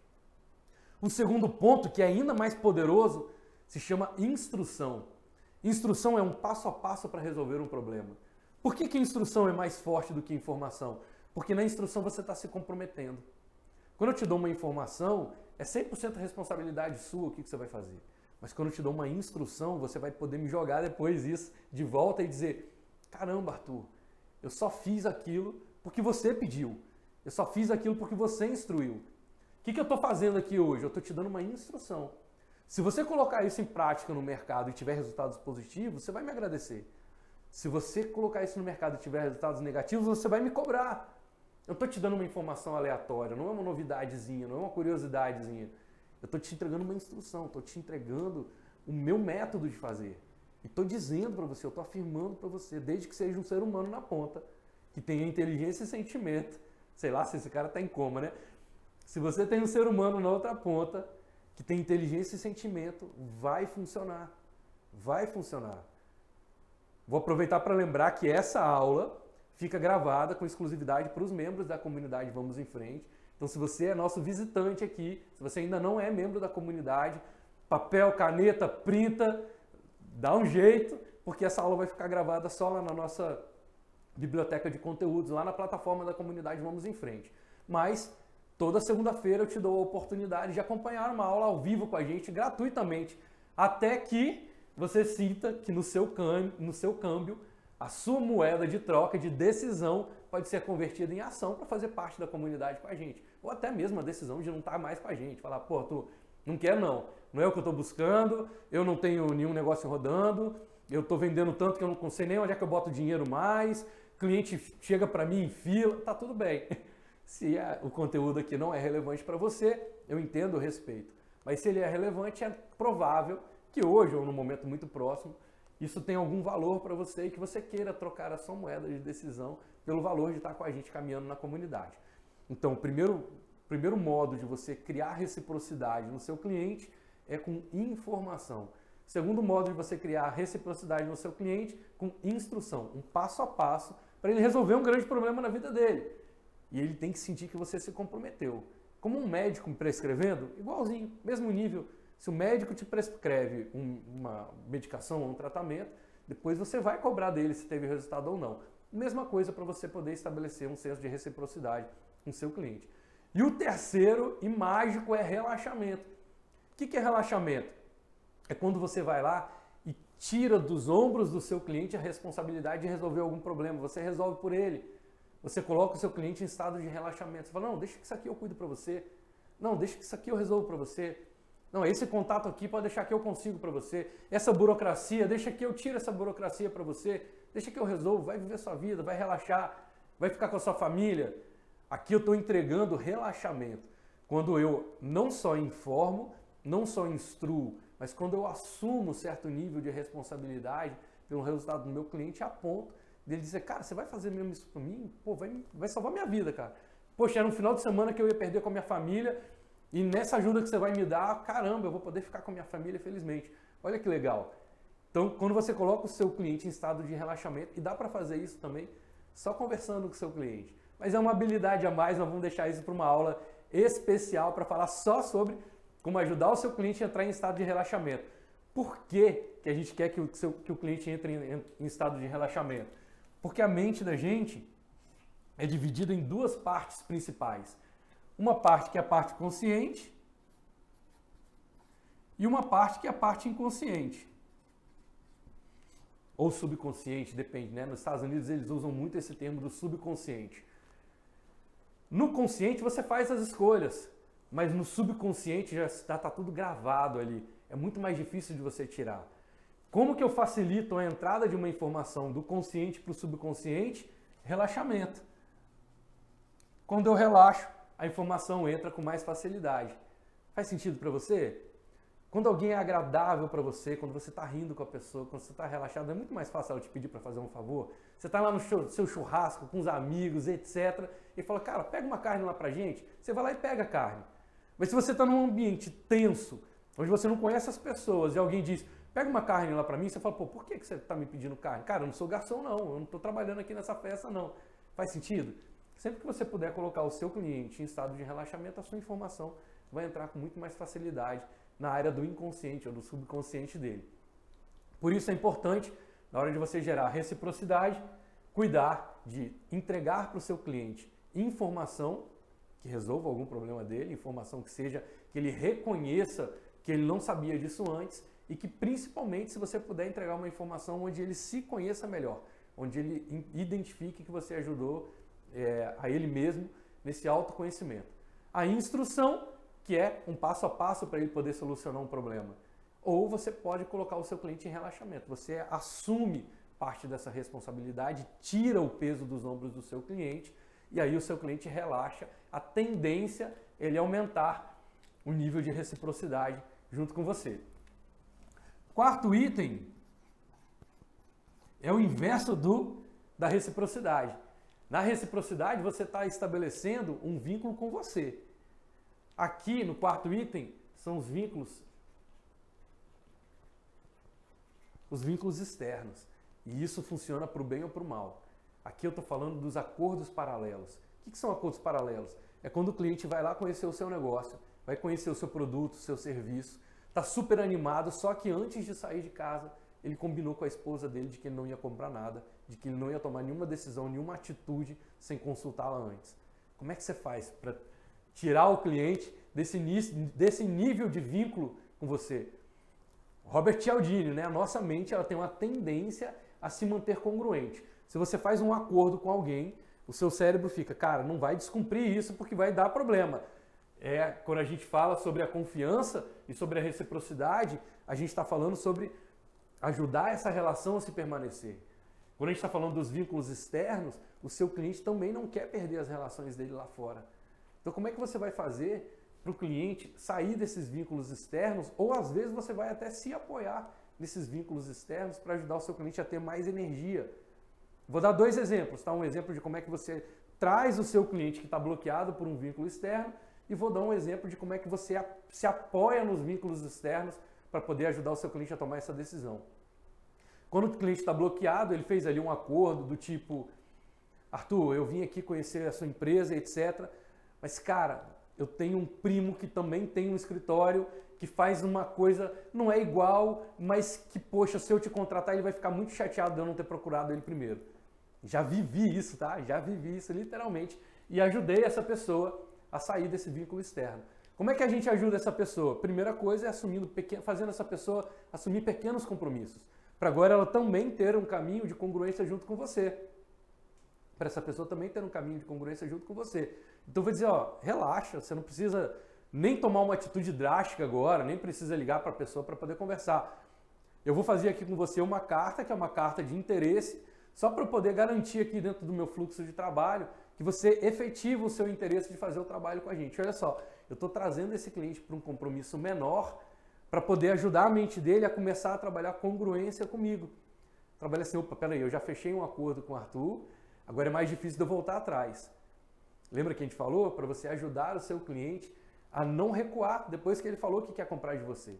O segundo ponto, que é ainda mais poderoso, se chama instrução. Instrução é um passo a passo para resolver um problema. Por que que instrução é mais forte do que informação? Porque na instrução você está se comprometendo. Quando eu te dou uma informação, é cem por cento responsabilidade sua o que que você vai fazer. Mas quando eu te dou uma instrução, você vai poder me jogar depois isso de volta e dizer: caramba, Arthur, eu só fiz aquilo porque você pediu. Eu só fiz aquilo porque você instruiu. O que que eu estou fazendo aqui hoje? Eu estou te dando uma instrução. Se você colocar isso em prática no mercado e tiver resultados positivos, você vai me agradecer. Se você colocar isso no mercado e tiver resultados negativos, você vai me cobrar. Eu estou te dando uma informação aleatória, não é uma novidadezinha, não é uma curiosidadezinha. Eu estou te entregando uma instrução, estou te entregando o meu método de fazer. E estou dizendo para você, eu estou afirmando para você, desde que seja um ser humano na ponta, que tenha inteligência e sentimento. Sei lá se esse cara está em coma, né? Se você tem um ser humano na outra ponta, que tem inteligência e sentimento, vai funcionar. Vai funcionar. Vou aproveitar para lembrar que essa aula fica gravada com exclusividade para os membros da comunidade Vamos em Frente. Então, se você é nosso visitante aqui, se você ainda não é membro da comunidade, papel, caneta, printa, dá um jeito, porque essa aula vai ficar gravada só lá na nossa biblioteca de conteúdos, lá na plataforma da comunidade Vamos em Frente. Mas toda segunda-feira eu te dou a oportunidade de acompanhar uma aula ao vivo com a gente, gratuitamente, até que você sinta que no seu câmbio, no seu câmbio a sua moeda de troca, de decisão, pode ser convertida em ação para fazer parte da comunidade com a gente. Ou até mesmo a decisão de não estar mais com a gente. Falar, pô, tu não quer não, não é o que eu estou buscando, eu não tenho nenhum negócio rodando, eu estou vendendo tanto que eu não sei nem onde é que eu boto dinheiro mais, cliente chega para mim em fila, tá tudo bem. Se é, o conteúdo aqui não é relevante para você, eu entendo, eu respeito. Mas se ele é relevante, é provável que hoje, ou num momento muito próximo, isso tem algum valor para você e que você queira trocar a sua moeda de decisão pelo valor de estar com a gente caminhando na comunidade. Então, o primeiro, primeiro modo de você criar reciprocidade no seu cliente é com informação. O segundo modo de você criar reciprocidade no seu cliente com instrução, um passo a passo para ele resolver um grande problema na vida dele. E ele tem que sentir que você se comprometeu. Como um médico prescrevendo, igualzinho, mesmo nível. Se o médico te prescreve um, uma medicação ou um tratamento, depois você vai cobrar dele se teve resultado ou não. Mesma coisa para você poder estabelecer um senso de reciprocidade com o seu cliente. E o terceiro e mágico é relaxamento. O que é relaxamento? É quando você vai lá e tira dos ombros do seu cliente a responsabilidade de resolver algum problema. Você resolve por ele. Você coloca o seu cliente em estado de relaxamento. Você fala, não, deixa que isso aqui eu cuido para você. Não, deixa que isso aqui eu resolvo para você. Não, esse contato aqui pode deixar que eu consigo para você. Essa burocracia, deixa que eu tire essa burocracia para você. Deixa que eu resolvo. Vai viver sua vida, vai relaxar, vai ficar com a sua família. Aqui eu estou entregando relaxamento. Quando eu não só informo, não só instruo, mas quando eu assumo certo nível de responsabilidade pelo resultado do meu cliente a ponto dele dizer, cara, você vai fazer mesmo isso para mim? Pô, vai, vai salvar minha vida, cara. Poxa, era um final de semana que eu ia perder com a minha família e nessa ajuda que você vai me dar, caramba, eu vou poder ficar com a minha família felizmente. Olha que legal. Então, quando você coloca o seu cliente em estado de relaxamento, e dá para fazer isso também só conversando com o seu cliente. Mas é uma habilidade a mais, nós vamos deixar isso para uma aula especial para falar só sobre como ajudar o seu cliente a entrar em estado de relaxamento. Por que, que a gente quer que o, seu, que o cliente entre em, em estado de relaxamento? Porque a mente da gente é dividida em duas partes principais. Uma parte que é a parte consciente e uma parte que é a parte inconsciente. Ou subconsciente, depende, né? Nos Estados Unidos eles usam muito esse termo do subconsciente. No consciente você faz as escolhas, mas no subconsciente já está tá tudo gravado ali. É muito mais difícil de você tirar. Como que eu facilito a entrada de uma informação do consciente para o subconsciente? Relaxamento. Quando eu relaxo, a informação entra com mais facilidade. Faz sentido para você? Quando alguém é agradável para você, quando você está rindo com a pessoa, quando você está relaxado, é muito mais fácil ela te pedir para fazer um favor. Você está lá no seu churrasco com os amigos, etcétera. E fala, cara, pega uma carne lá pra gente. Você vai lá e pega a carne. Mas se você está num ambiente tenso, onde você não conhece as pessoas e alguém diz, pega uma carne lá para mim, você fala, pô, por que você está me pedindo carne? Cara, eu não sou garçom não, eu não estou trabalhando aqui nessa festa não. Faz sentido? Sempre que você puder colocar o seu cliente em estado de relaxamento, a sua informação vai entrar com muito mais facilidade na área do inconsciente ou do subconsciente dele. Por isso é importante, na hora de você gerar reciprocidade, cuidar de entregar para o seu cliente informação que resolva algum problema dele, informação que seja, que ele reconheça que ele não sabia disso antes e que principalmente se você puder entregar uma informação onde ele se conheça melhor, onde ele identifique que você ajudou é, a ele mesmo nesse autoconhecimento. A instrução, que é um passo a passo para ele poder solucionar um problema. Ou você pode colocar o seu cliente em relaxamento. Você assume parte dessa responsabilidade, tira o peso dos ombros do seu cliente e aí o seu cliente relaxa. A tendência é ele aumentar o nível de reciprocidade junto com você. Quarto item é o inverso do, da reciprocidade. Na reciprocidade, você está estabelecendo um vínculo com você. Aqui, no quarto item, são os vínculos, os vínculos externos. E isso funciona para o bem ou para o mal. Aqui eu estou falando dos acordos paralelos. O que são acordos paralelos? É quando o cliente vai lá conhecer o seu negócio, vai conhecer o seu produto, o seu serviço, está super animado, só que antes de sair de casa, ele combinou com a esposa dele de que ele não ia comprar nada, de que ele não ia tomar nenhuma decisão, nenhuma atitude sem consultá-la antes. Como é que você faz para tirar o cliente desse, desse nível de vínculo com você? Robert Cialdini, né? A nossa mente ela tem uma tendência a se manter congruente. Se você faz um acordo com alguém, o seu cérebro fica, cara, não vai descumprir isso porque vai dar problema. É, quando a gente fala sobre a confiança e sobre a reciprocidade, a gente está falando sobre ajudar essa relação a se permanecer. Quando a gente está falando dos vínculos externos, o seu cliente também não quer perder as relações dele lá fora. Então como é que você vai fazer para o cliente sair desses vínculos externos ou às vezes você vai até se apoiar nesses vínculos externos para ajudar o seu cliente a ter mais energia? Vou dar dois exemplos, tá? Um exemplo de como é que você traz o seu cliente que está bloqueado por um vínculo externo e vou dar um exemplo de como é que você se apoia nos vínculos externos para poder ajudar o seu cliente a tomar essa decisão. Quando o cliente está bloqueado, ele fez ali um acordo do tipo, Arthur, eu vim aqui conhecer a sua empresa, etcétera. Mas, cara, eu tenho um primo que também tem um escritório que faz uma coisa, não é igual, mas que, poxa, se eu te contratar, ele vai ficar muito chateado de eu não ter procurado ele primeiro. Já vivi isso, tá? Já vivi isso literalmente e ajudei essa pessoa a sair desse vínculo externo. Como é que a gente ajuda essa pessoa? Primeira coisa é assumindo pequeno, fazendo essa pessoa assumir pequenos compromissos, para agora ela também ter um caminho de congruência junto com você. Para essa pessoa também ter um caminho de congruência junto com você. Então eu vou dizer, ó, relaxa, você não precisa nem tomar uma atitude drástica agora, nem precisa ligar para a pessoa para poder conversar. Eu vou fazer aqui com você uma carta, que é uma carta de interesse, só para eu poder garantir aqui dentro do meu fluxo de trabalho que você efetiva o seu interesse de fazer o trabalho com a gente. Olha só, eu estou trazendo esse cliente para um compromisso menor para poder ajudar a mente dele a começar a trabalhar congruência comigo. Trabalha assim, opa, peraí, eu já fechei um acordo com o Arthur, agora é mais difícil de eu voltar atrás. Lembra que a gente falou? Para você ajudar o seu cliente a não recuar depois que ele falou que quer comprar de você.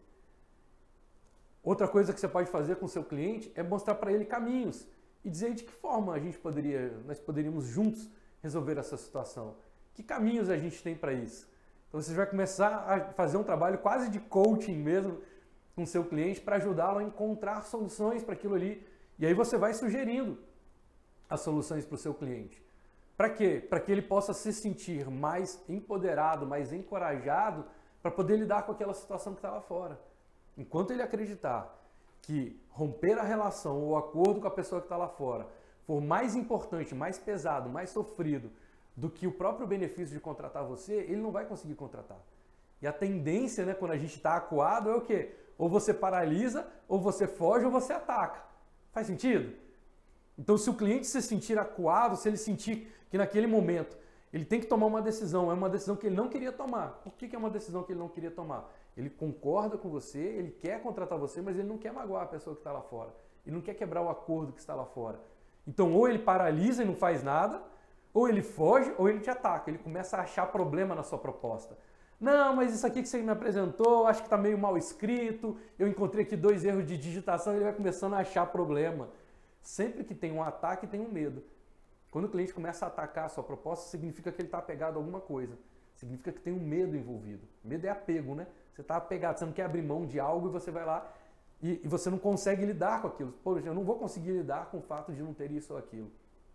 Outra coisa que você pode fazer com o seu cliente é mostrar para ele caminhos e dizer de que forma a gente poderia, nós poderíamos juntos resolver essa situação. Que caminhos a gente tem para isso? Então você vai começar a fazer um trabalho quase de coaching mesmo com o seu cliente para ajudá-lo a encontrar soluções para aquilo ali. E aí você vai sugerindo as soluções para o seu cliente. Para quê? Para que ele possa se sentir mais empoderado, mais encorajado para poder lidar com aquela situação que está lá fora. Enquanto ele acreditar que romper a relação ou o acordo com a pessoa que está lá fora for mais importante, mais pesado, mais sofrido do que o próprio benefício de contratar você, ele não vai conseguir contratar. E a tendência, né, quando a gente está acuado, é o quê? Ou você paralisa, ou você foge, ou você ataca. Faz sentido? Então, se o cliente se sentir acuado, se ele sentir que naquele momento ele tem que tomar uma decisão, é uma decisão que ele não queria tomar. Por que é uma decisão que ele não queria tomar? Ele concorda com você, ele quer contratar você, mas ele não quer magoar a pessoa que está lá fora. Ele não quer quebrar o acordo que está lá fora. Então, ou ele paralisa e não faz nada, ou ele foge, ou ele te ataca. Ele começa a achar problema na sua proposta. Não, mas isso aqui que você me apresentou, acho que está meio mal escrito, eu encontrei aqui dois erros de digitação, ele vai começando a achar problema. Sempre que tem um ataque, tem um medo. Quando o cliente começa a atacar a sua proposta, significa que ele está apegado a alguma coisa. Significa que tem um medo envolvido. Medo é apego, né? Você está apegado, você não quer abrir mão de algo e você vai lá e, e você não consegue lidar com aquilo. Pô, eu não vou conseguir lidar com o fato de não ter isso ou aquilo.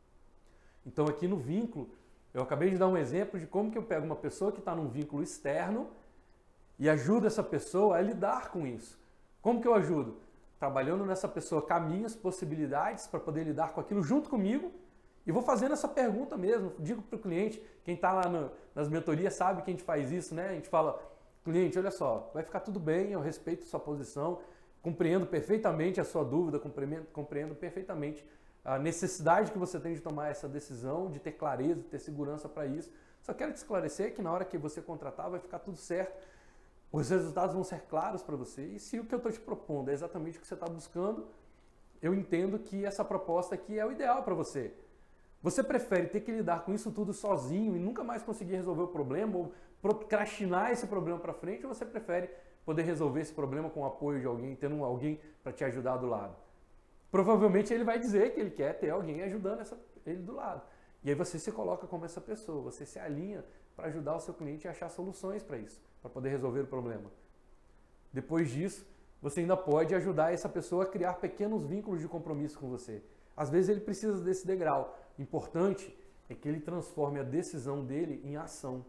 Então aqui no vínculo, eu acabei de dar um exemplo de como que eu pego uma pessoa que está num vínculo externo e ajudo essa pessoa a lidar com isso. Como que eu ajudo? Trabalhando nessa pessoa caminhos, possibilidades para poder lidar com aquilo junto comigo e vou fazendo essa pergunta mesmo. Digo para o cliente, quem está lá no, nas mentorias sabe que a gente faz isso, né? A gente fala, cliente, olha só, vai ficar tudo bem, eu respeito sua posição, compreendo perfeitamente a sua dúvida, compreendo, compreendo perfeitamente a necessidade que você tem de tomar essa decisão, de ter clareza, de ter segurança para isso. Só quero te esclarecer que na hora que você contratar vai ficar tudo certo, os resultados vão ser claros para você. E se o que eu estou te propondo é exatamente o que você está buscando, eu entendo que essa proposta aqui é o ideal para você. Você prefere ter que lidar com isso tudo sozinho e nunca mais conseguir resolver o problema ou procrastinar esse problema para frente, ou você prefere poder resolver esse problema com o apoio de alguém, tendo alguém para te ajudar do lado? Provavelmente ele vai dizer que ele quer ter alguém ajudando essa, ele do lado. E aí você se coloca como essa pessoa, você se alinha para ajudar o seu cliente a achar soluções para isso, para poder resolver o problema. Depois disso, você ainda pode ajudar essa pessoa a criar pequenos vínculos de compromisso com você. Às vezes ele precisa desse degrau. Importante é que ele transforme a decisão dele em ação.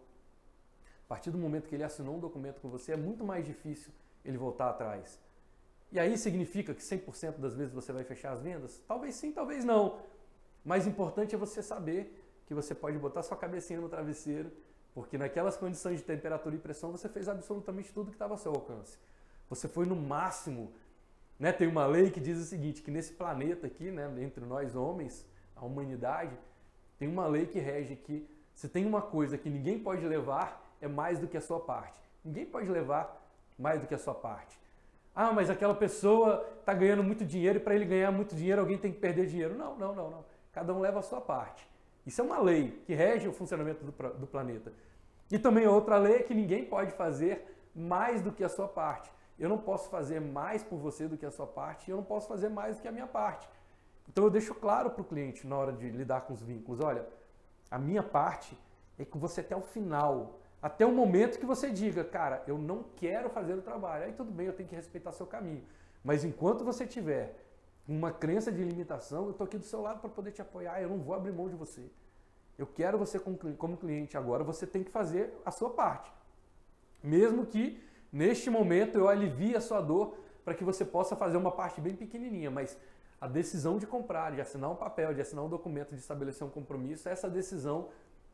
A partir do momento que ele assinou um documento com você, é muito mais difícil ele voltar atrás. E aí significa que cem por cento das vezes você vai fechar as vendas? Talvez sim, talvez não. Mais importante é você saber que você pode botar sua cabecinha no travesseiro, porque naquelas condições de temperatura e pressão você fez absolutamente tudo que estava ao seu alcance. Você foi no máximo, né? Tem uma lei que diz o seguinte, que nesse planeta aqui, né, entre nós homens, a humanidade, tem uma lei que rege que se tem uma coisa que ninguém pode levar, é mais do que a sua parte. Ninguém pode levar mais do que a sua parte. Ah, mas aquela pessoa está ganhando muito dinheiro e para ele ganhar muito dinheiro alguém tem que perder dinheiro. Não, não, não, não. Cada um leva a sua parte. Isso é uma lei que rege o funcionamento do, do planeta. E também outra lei é que ninguém pode fazer mais do que a sua parte. Eu não posso fazer mais por você do que a sua parte e eu não posso fazer mais do que a minha parte. Então eu deixo claro para o cliente na hora de lidar com os vínculos, olha, a minha parte é que você até o final, até o momento que você diga, cara, eu não quero fazer o trabalho. Aí tudo bem, eu tenho que respeitar seu caminho. Mas enquanto você tiver uma crença de limitação, eu estou aqui do seu lado para poder te apoiar, eu não vou abrir mão de você. Eu quero você como cliente agora, você tem que fazer a sua parte. Mesmo que neste momento eu alivie a sua dor para que você possa fazer uma parte bem pequenininha, mas a decisão de comprar, de assinar um papel, de assinar um documento, de estabelecer um compromisso, essa decisão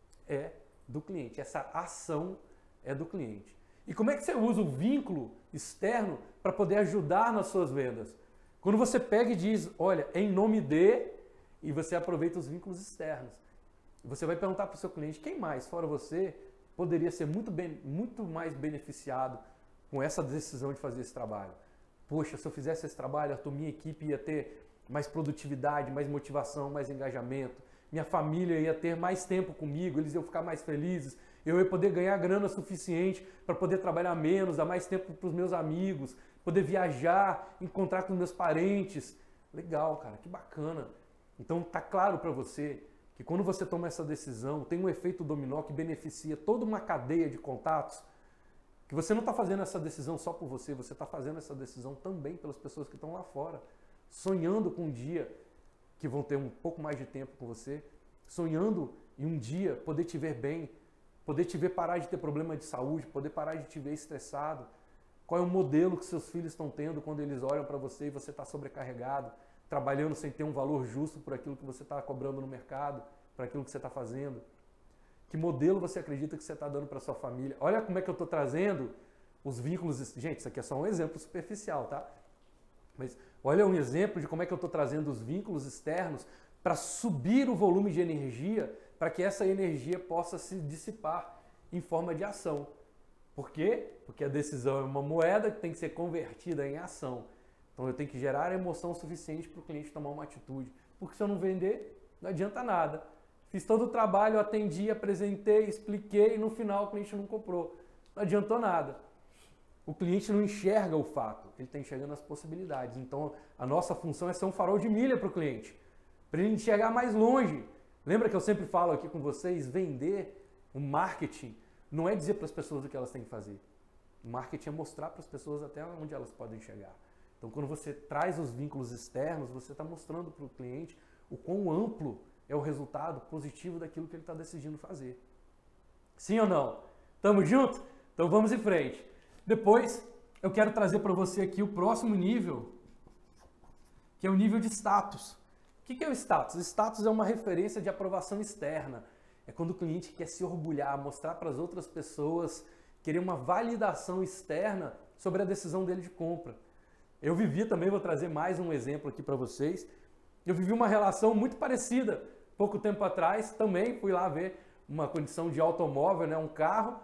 é do cliente, essa ação é do cliente. E como é que você usa o vínculo externo para poder ajudar nas suas vendas? Quando você pega e diz, olha, em nome de, e você aproveita os vínculos externos. Você vai perguntar para o seu cliente, quem mais, fora você, poderia ser muito, bem, muito mais beneficiado com essa decisão de fazer esse trabalho? Poxa, se eu fizesse esse trabalho, a minha equipe ia ter mais produtividade, mais motivação, mais engajamento. Minha família ia ter mais tempo comigo, eles iam ficar mais felizes. Eu ia poder ganhar grana suficiente para poder trabalhar menos, dar mais tempo para os meus amigos, poder viajar, encontrar com meus parentes. Legal, cara, que bacana. Então tá claro para você que quando você toma essa decisão, tem um efeito dominó que beneficia toda uma cadeia de contatos, que você não está fazendo essa decisão só por você, você está fazendo essa decisão também pelas pessoas que estão lá fora, sonhando com um dia que vão ter um pouco mais de tempo com você, sonhando em um dia poder te ver bem, poder te ver parar de ter problema de saúde, poder parar de te ver estressado. Qual é o modelo que seus filhos estão tendo quando eles olham para você e você está sobrecarregado, trabalhando sem ter um valor justo por aquilo que você está cobrando no mercado, por aquilo que você está fazendo? Que modelo você acredita que você está dando para sua família? Olha como é que eu estou trazendo os vínculos. Gente, isso aqui é só um exemplo superficial, tá? Mas olha um exemplo de como é que eu estou trazendo os vínculos externos para subir o volume de energia, para que essa energia possa se dissipar em forma de ação. Por quê? Porque a decisão é uma moeda que tem que ser convertida em ação. Então eu tenho que gerar emoção suficiente para o cliente tomar uma atitude. Porque se eu não vender, não adianta nada. Fiz todo o trabalho, atendi, apresentei, expliquei e no final o cliente não comprou. não adiantou nada. O cliente não enxerga o fato, ele está enxergando as possibilidades. Então, a nossa função é ser um farol de milha para o cliente, para ele enxergar mais longe. Lembra que eu sempre falo aqui com vocês, vender, o marketing, não é dizer para as pessoas o que elas têm que fazer. O marketing é mostrar para as pessoas até onde elas podem chegar. Então, quando você traz os vínculos externos, você está mostrando para o cliente o quão amplo é o resultado positivo daquilo que ele está decidindo fazer. Sim ou não? Tamo junto? Então vamos em frente. Depois, eu quero trazer para você aqui o próximo nível, que é o nível de status. O que é o status? O status é uma referência de aprovação externa. É quando o cliente quer se orgulhar, mostrar para as outras pessoas, querer uma validação externa sobre a decisão dele de compra. Eu vivi também, vou trazer mais um exemplo aqui para vocês. Eu vivi uma relação muito parecida. Pouco tempo atrás, também fui lá ver uma condição de automóvel, né, um carro,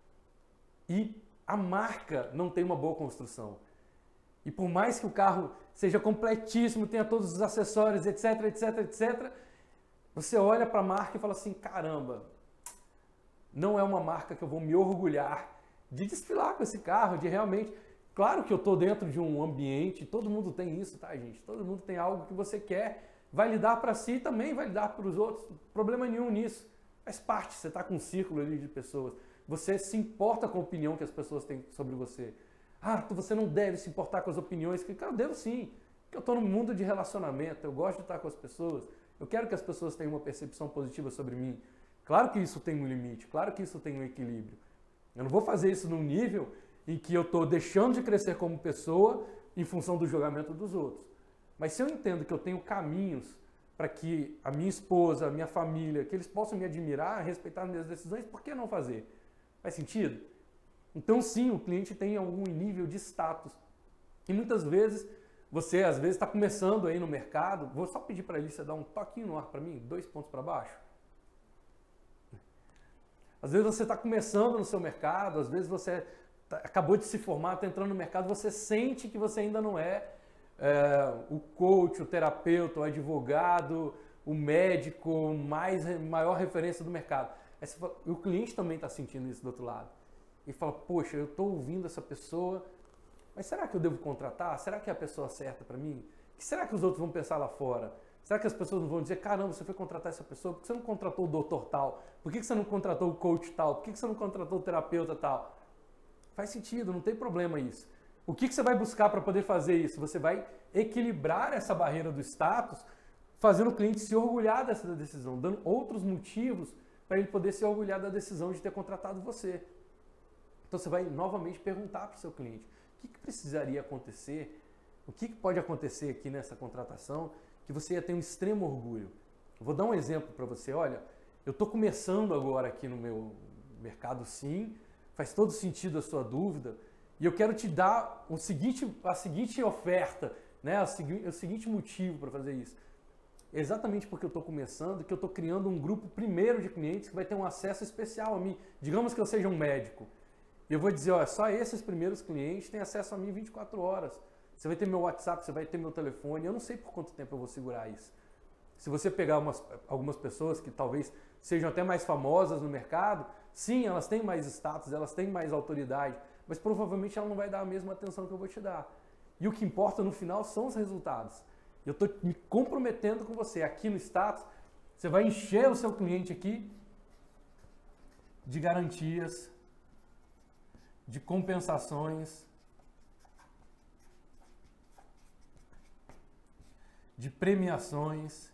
e a marca não tem uma boa construção. E por mais que o carro seja completíssimo, tenha todos os acessórios, etc, etc, etcétera, você olha para a marca e fala assim, caramba, não é uma marca que eu vou me orgulhar de desfilar com esse carro, de realmente... Claro que eu estou dentro de um ambiente, todo mundo tem isso, tá, gente? Todo mundo tem algo que você quer validar para si e também validar para os outros. Problema nenhum nisso. Faz parte, você está com um círculo ali de pessoas. Você se importa com a opinião que as pessoas têm sobre você. Ah, você não deve se importar com as opiniões. Cara, eu devo sim. Porque eu estou no mundo de relacionamento, eu gosto de estar com as pessoas. Eu quero que as pessoas tenham uma percepção positiva sobre mim. Claro que isso tem um limite, claro que isso tem um equilíbrio. Eu não vou fazer isso num nível em que eu estou deixando de crescer como pessoa em função do julgamento dos outros. Mas se eu entendo que eu tenho caminhos para que a minha esposa, a minha família, que eles possam me admirar, respeitar minhas decisões, por que não fazer? Faz sentido? Então sim, o cliente tem algum nível de status. E muitas vezes, você às vezes está começando aí no mercado, vou só pedir para ele, você dar um toquinho no ar para mim, dois pontos para baixo. Às vezes você está começando no seu mercado, às vezes você tá, acabou de se formar, está entrando no mercado, você sente que você ainda não é, é o coach, o terapeuta, o advogado, o médico, mais, maior referência do mercado. Aí você fala, o cliente também está sentindo isso do outro lado. E fala, poxa, eu estou ouvindo essa pessoa, mas será que eu devo contratar? Será que é a pessoa certa para mim? O que será que os outros vão pensar lá fora? Será que as pessoas não vão dizer, caramba, você foi contratar essa pessoa, por que você não contratou o doutor tal? Por que você não contratou o coach tal? Por que você não contratou o terapeuta tal? Faz sentido, não tem problema isso. O que você vai buscar para poder fazer isso? Você vai equilibrar essa barreira do status, fazendo o cliente se orgulhar dessa decisão, dando outros motivos para ele poder se orgulhar da decisão de ter contratado você. Então você vai novamente perguntar para o seu cliente, o que, que precisaria acontecer, o que, que pode acontecer aqui nessa contratação, que você ia ter um extremo orgulho. Eu vou dar um exemplo para você, olha, eu estou começando agora aqui no meu mercado sim, faz todo sentido a sua dúvida, e eu quero te dar o seguinte, a seguinte oferta, né, o, segui, o seguinte motivo para fazer isso. Exatamente porque eu estou começando, que eu estou criando um grupo primeiro de clientes que vai ter um acesso especial a mim. Digamos que eu seja um médico. E eu vou dizer, olha, só esses primeiros clientes têm acesso a mim vinte e quatro horas. Você vai ter meu WhatsApp, você vai ter meu telefone. Eu não sei por quanto tempo eu vou segurar isso. Se você pegar umas, algumas pessoas que talvez sejam até mais famosas no mercado, sim, elas têm mais status, elas têm mais autoridade, mas provavelmente ela não vai dar a mesma atenção que eu vou te dar. E o que importa no final são os resultados. Eu estou me comprometendo com você. Aqui no status, você vai encher o seu cliente aqui de garantias, de compensações, de premiações.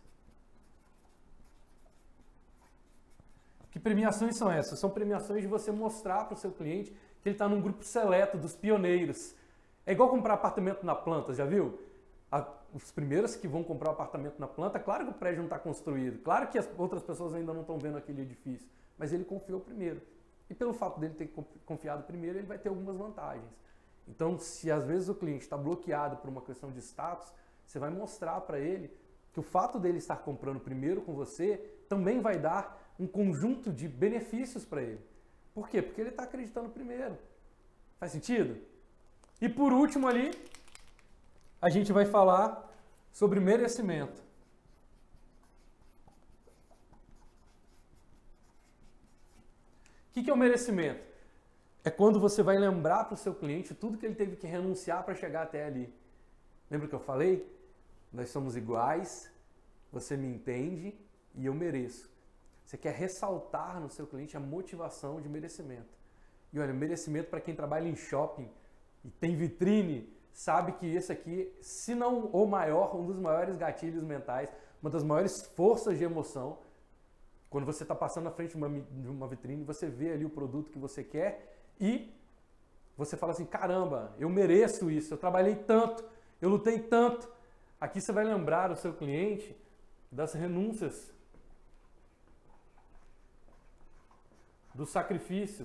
Que premiações são essas? São premiações de você mostrar para o seu cliente que ele está num grupo seleto dos pioneiros. É igual comprar apartamento na planta, já viu? A, os primeiros que vão comprar um apartamento na planta, claro que o prédio não está construído, claro que as outras pessoas ainda não estão vendo aquele edifício, mas ele confiou primeiro. E pelo fato dele ter confiado primeiro, ele vai ter algumas vantagens. Então, se às vezes o cliente está bloqueado por uma questão de status, você vai mostrar para ele que o fato dele estar comprando primeiro com você também vai dar um conjunto de benefícios para ele. Por quê? Porque ele está acreditando primeiro. Faz sentido? E por último ali, a gente vai falar sobre merecimento. O que é o merecimento? É quando você vai lembrar para o seu cliente tudo que ele teve que renunciar para chegar até ali. Lembra que eu falei? Nós somos iguais, você me entende e eu mereço. Você quer ressaltar no seu cliente a motivação de merecimento. E olha, merecimento para quem trabalha em shopping e tem vitrine, sabe que esse aqui, se não o maior, um dos maiores gatilhos mentais, uma das maiores forças de emoção, quando você está passando na frente de uma, de uma vitrine, você vê ali o produto que você quer e você fala assim, caramba, eu mereço isso, eu trabalhei tanto, eu lutei tanto. Aqui você vai lembrar o seu cliente das renúncias, dos sacrifícios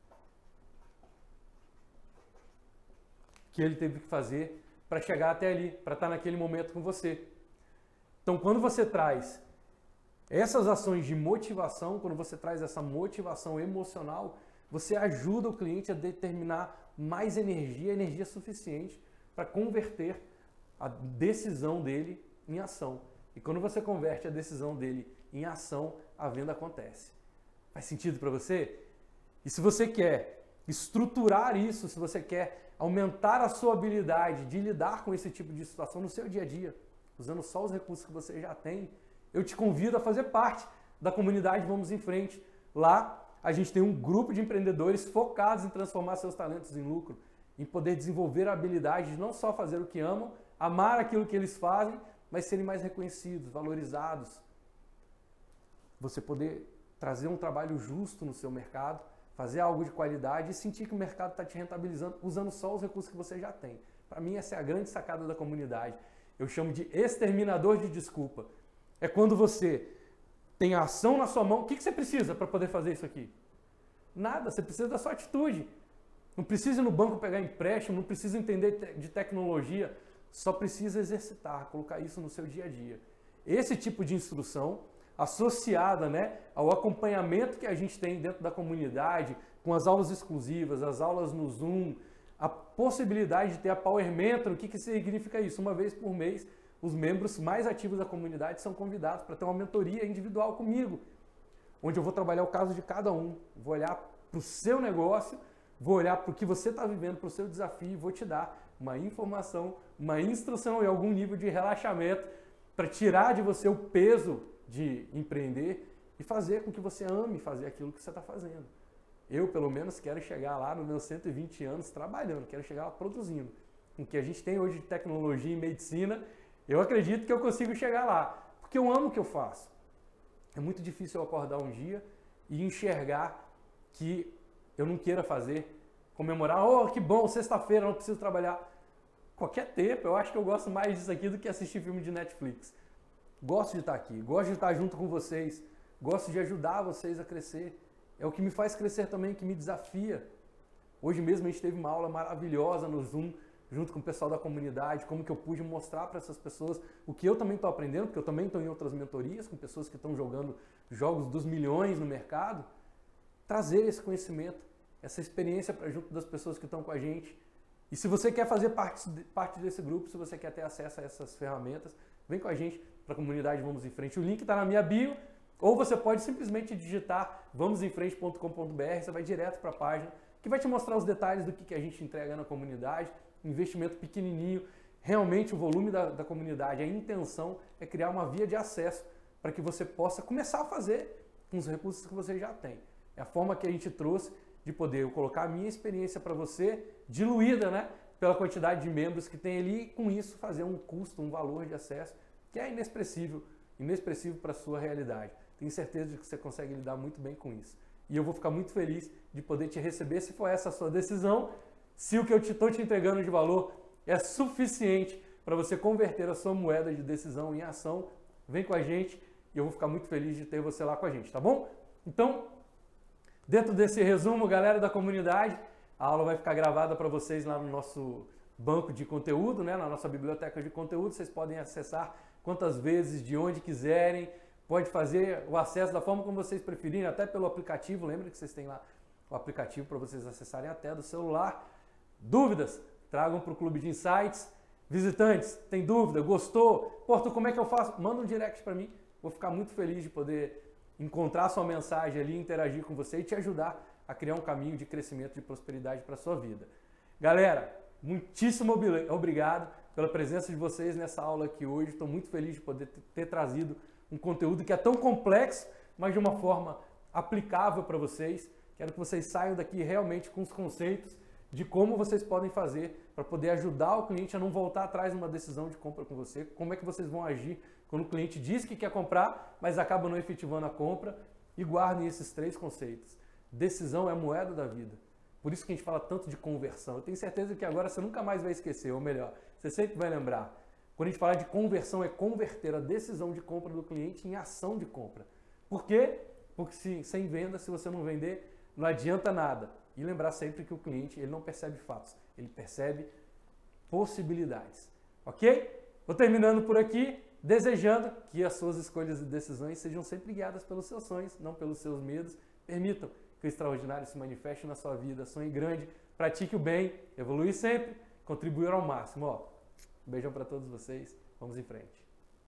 que ele teve que fazer para chegar até ali, para estar naquele momento com você. Então, quando você traz essas ações de motivação, quando você traz essa motivação emocional, você ajuda o cliente a determinar mais energia, energia suficiente para converter a decisão dele em ação. E quando você converte a decisão dele em ação, a venda acontece. Faz sentido para você? E se você quer estruturar isso, se você quer aumentar a sua habilidade de lidar com esse tipo de situação no seu dia a dia, usando só os recursos que você já tem, eu te convido a fazer parte da comunidade Vamos em Frente. Lá a gente tem um grupo de empreendedores focados em transformar seus talentos em lucro, em poder desenvolver a habilidade de não só fazer o que amam, amar aquilo que eles fazem, mas serem mais reconhecidos, valorizados. Você poder trazer um trabalho justo no seu mercado, fazer algo de qualidade e sentir que o mercado está te rentabilizando usando só os recursos que você já tem. Para mim, essa é a grande sacada da comunidade. Eu chamo de exterminador de desculpa. É quando você tem a ação na sua mão. O que você precisa para poder fazer isso aqui? Nada, você precisa da sua atitude. Não precisa ir no banco pegar empréstimo, não precisa entender de tecnologia, só precisa exercitar, colocar isso no seu dia a dia. Esse tipo de instrução, associada, né, ao acompanhamento que a gente tem dentro da comunidade, com as aulas exclusivas, as aulas no Zoom, a possibilidade de ter a Power Mentor. O que, que significa isso? Uma vez por mês, os membros mais ativos da comunidade são convidados para ter uma mentoria individual comigo, onde eu vou trabalhar o caso de cada um, vou olhar para o seu negócio, vou olhar para o que você está vivendo, para o seu desafio e vou te dar uma informação, uma instrução e algum nível de relaxamento para tirar de você o peso de empreender e fazer com que você ame fazer aquilo que você está fazendo. Eu, pelo menos, quero chegar lá nos meus cento e vinte anos trabalhando, quero chegar lá produzindo. Com o que a gente tem hoje de tecnologia e medicina, eu acredito que eu consigo chegar lá, porque eu amo o que eu faço. É muito difícil eu acordar um dia e enxergar que eu não queira fazer, comemorar, oh, que bom, sexta-feira, não preciso trabalhar. Qualquer tempo, eu acho que eu gosto mais disso aqui do que assistir filme de Netflix. Gosto de estar aqui, gosto de estar junto com vocês, gosto de ajudar vocês a crescer. É o que me faz crescer também, que me desafia. Hoje mesmo a gente teve uma aula maravilhosa no Zoom, junto com o pessoal da comunidade, como que eu pude mostrar para essas pessoas o que eu também estou aprendendo, porque eu também estou em outras mentorias com pessoas que estão jogando jogos dos milhões no mercado. Trazer esse conhecimento, essa experiência para junto das pessoas que estão com a gente. E se você quer fazer parte, parte desse grupo, se você quer ter acesso a essas ferramentas, vem com a gente para a comunidade Vamos em Frente. O link está na minha bio, ou você pode simplesmente digitar vamos em frente ponto com ponto b r, você vai direto para a página, que vai te mostrar os detalhes do que, que a gente entrega na comunidade, investimento pequenininho, realmente o volume da, da comunidade, a intenção é criar uma via de acesso para que você possa começar a fazer com os recursos que você já tem. É a forma que a gente trouxe de poder eu colocar a minha experiência para você, diluída, né, pela quantidade de membros que tem ali, e com isso fazer um custo, um valor de acesso que é inexpressível, inexpressivo para a sua realidade. Tenho certeza de que você consegue lidar muito bem com isso. E eu vou ficar muito feliz de poder te receber, se for essa a sua decisão, se o que eu estou te, te entregando de valor é suficiente para você converter a sua moeda de decisão em ação, vem com a gente e eu vou ficar muito feliz de ter você lá com a gente, tá bom? Então, dentro desse resumo, galera da comunidade, a aula vai ficar gravada para vocês lá no nosso banco de conteúdo, né? Na nossa biblioteca de conteúdo. Vocês podem acessar quantas vezes, de onde quiserem. Pode fazer o acesso da forma como vocês preferirem, até pelo aplicativo. Lembra que vocês têm lá o aplicativo para vocês acessarem até do celular. Dúvidas? Tragam para o Clube de Insights. Visitantes, tem dúvida? Gostou? Porto, como é que eu faço? Manda um direct para mim. Vou ficar muito feliz de poder encontrar sua mensagem ali, interagir com você e te ajudar a criar um caminho de crescimento, de prosperidade para a sua vida. Galera, muitíssimo obrigado pela presença de vocês nessa aula aqui hoje. Estou muito feliz de poder ter trazido um conteúdo que é tão complexo, mas de uma forma aplicável para vocês. Quero que vocês saiam daqui realmente com os conceitos de como vocês podem fazer para poder ajudar o cliente a não voltar atrás numa decisão de compra com você, como é que vocês vão agir quando o cliente diz que quer comprar, mas acaba não efetivando a compra. E guardem esses três conceitos. Decisão é a moeda da vida. Por isso que a gente fala tanto de conversão. Eu tenho certeza que agora você nunca mais vai esquecer, ou melhor, você sempre vai lembrar. Quando a gente fala de conversão, é converter a decisão de compra do cliente em ação de compra. Por quê? Porque se, sem venda, se você não vender, não adianta nada. E lembrar sempre que o cliente ele não percebe fatos, ele percebe possibilidades. Ok? Vou terminando por aqui, desejando que as suas escolhas e decisões sejam sempre guiadas pelos seus sonhos, não pelos seus medos. Permitam que o extraordinário se manifeste na sua vida. Sonhe grande, pratique o bem, evolui sempre, contribuir ao máximo. Ó, um beijão para todos vocês, vamos em frente.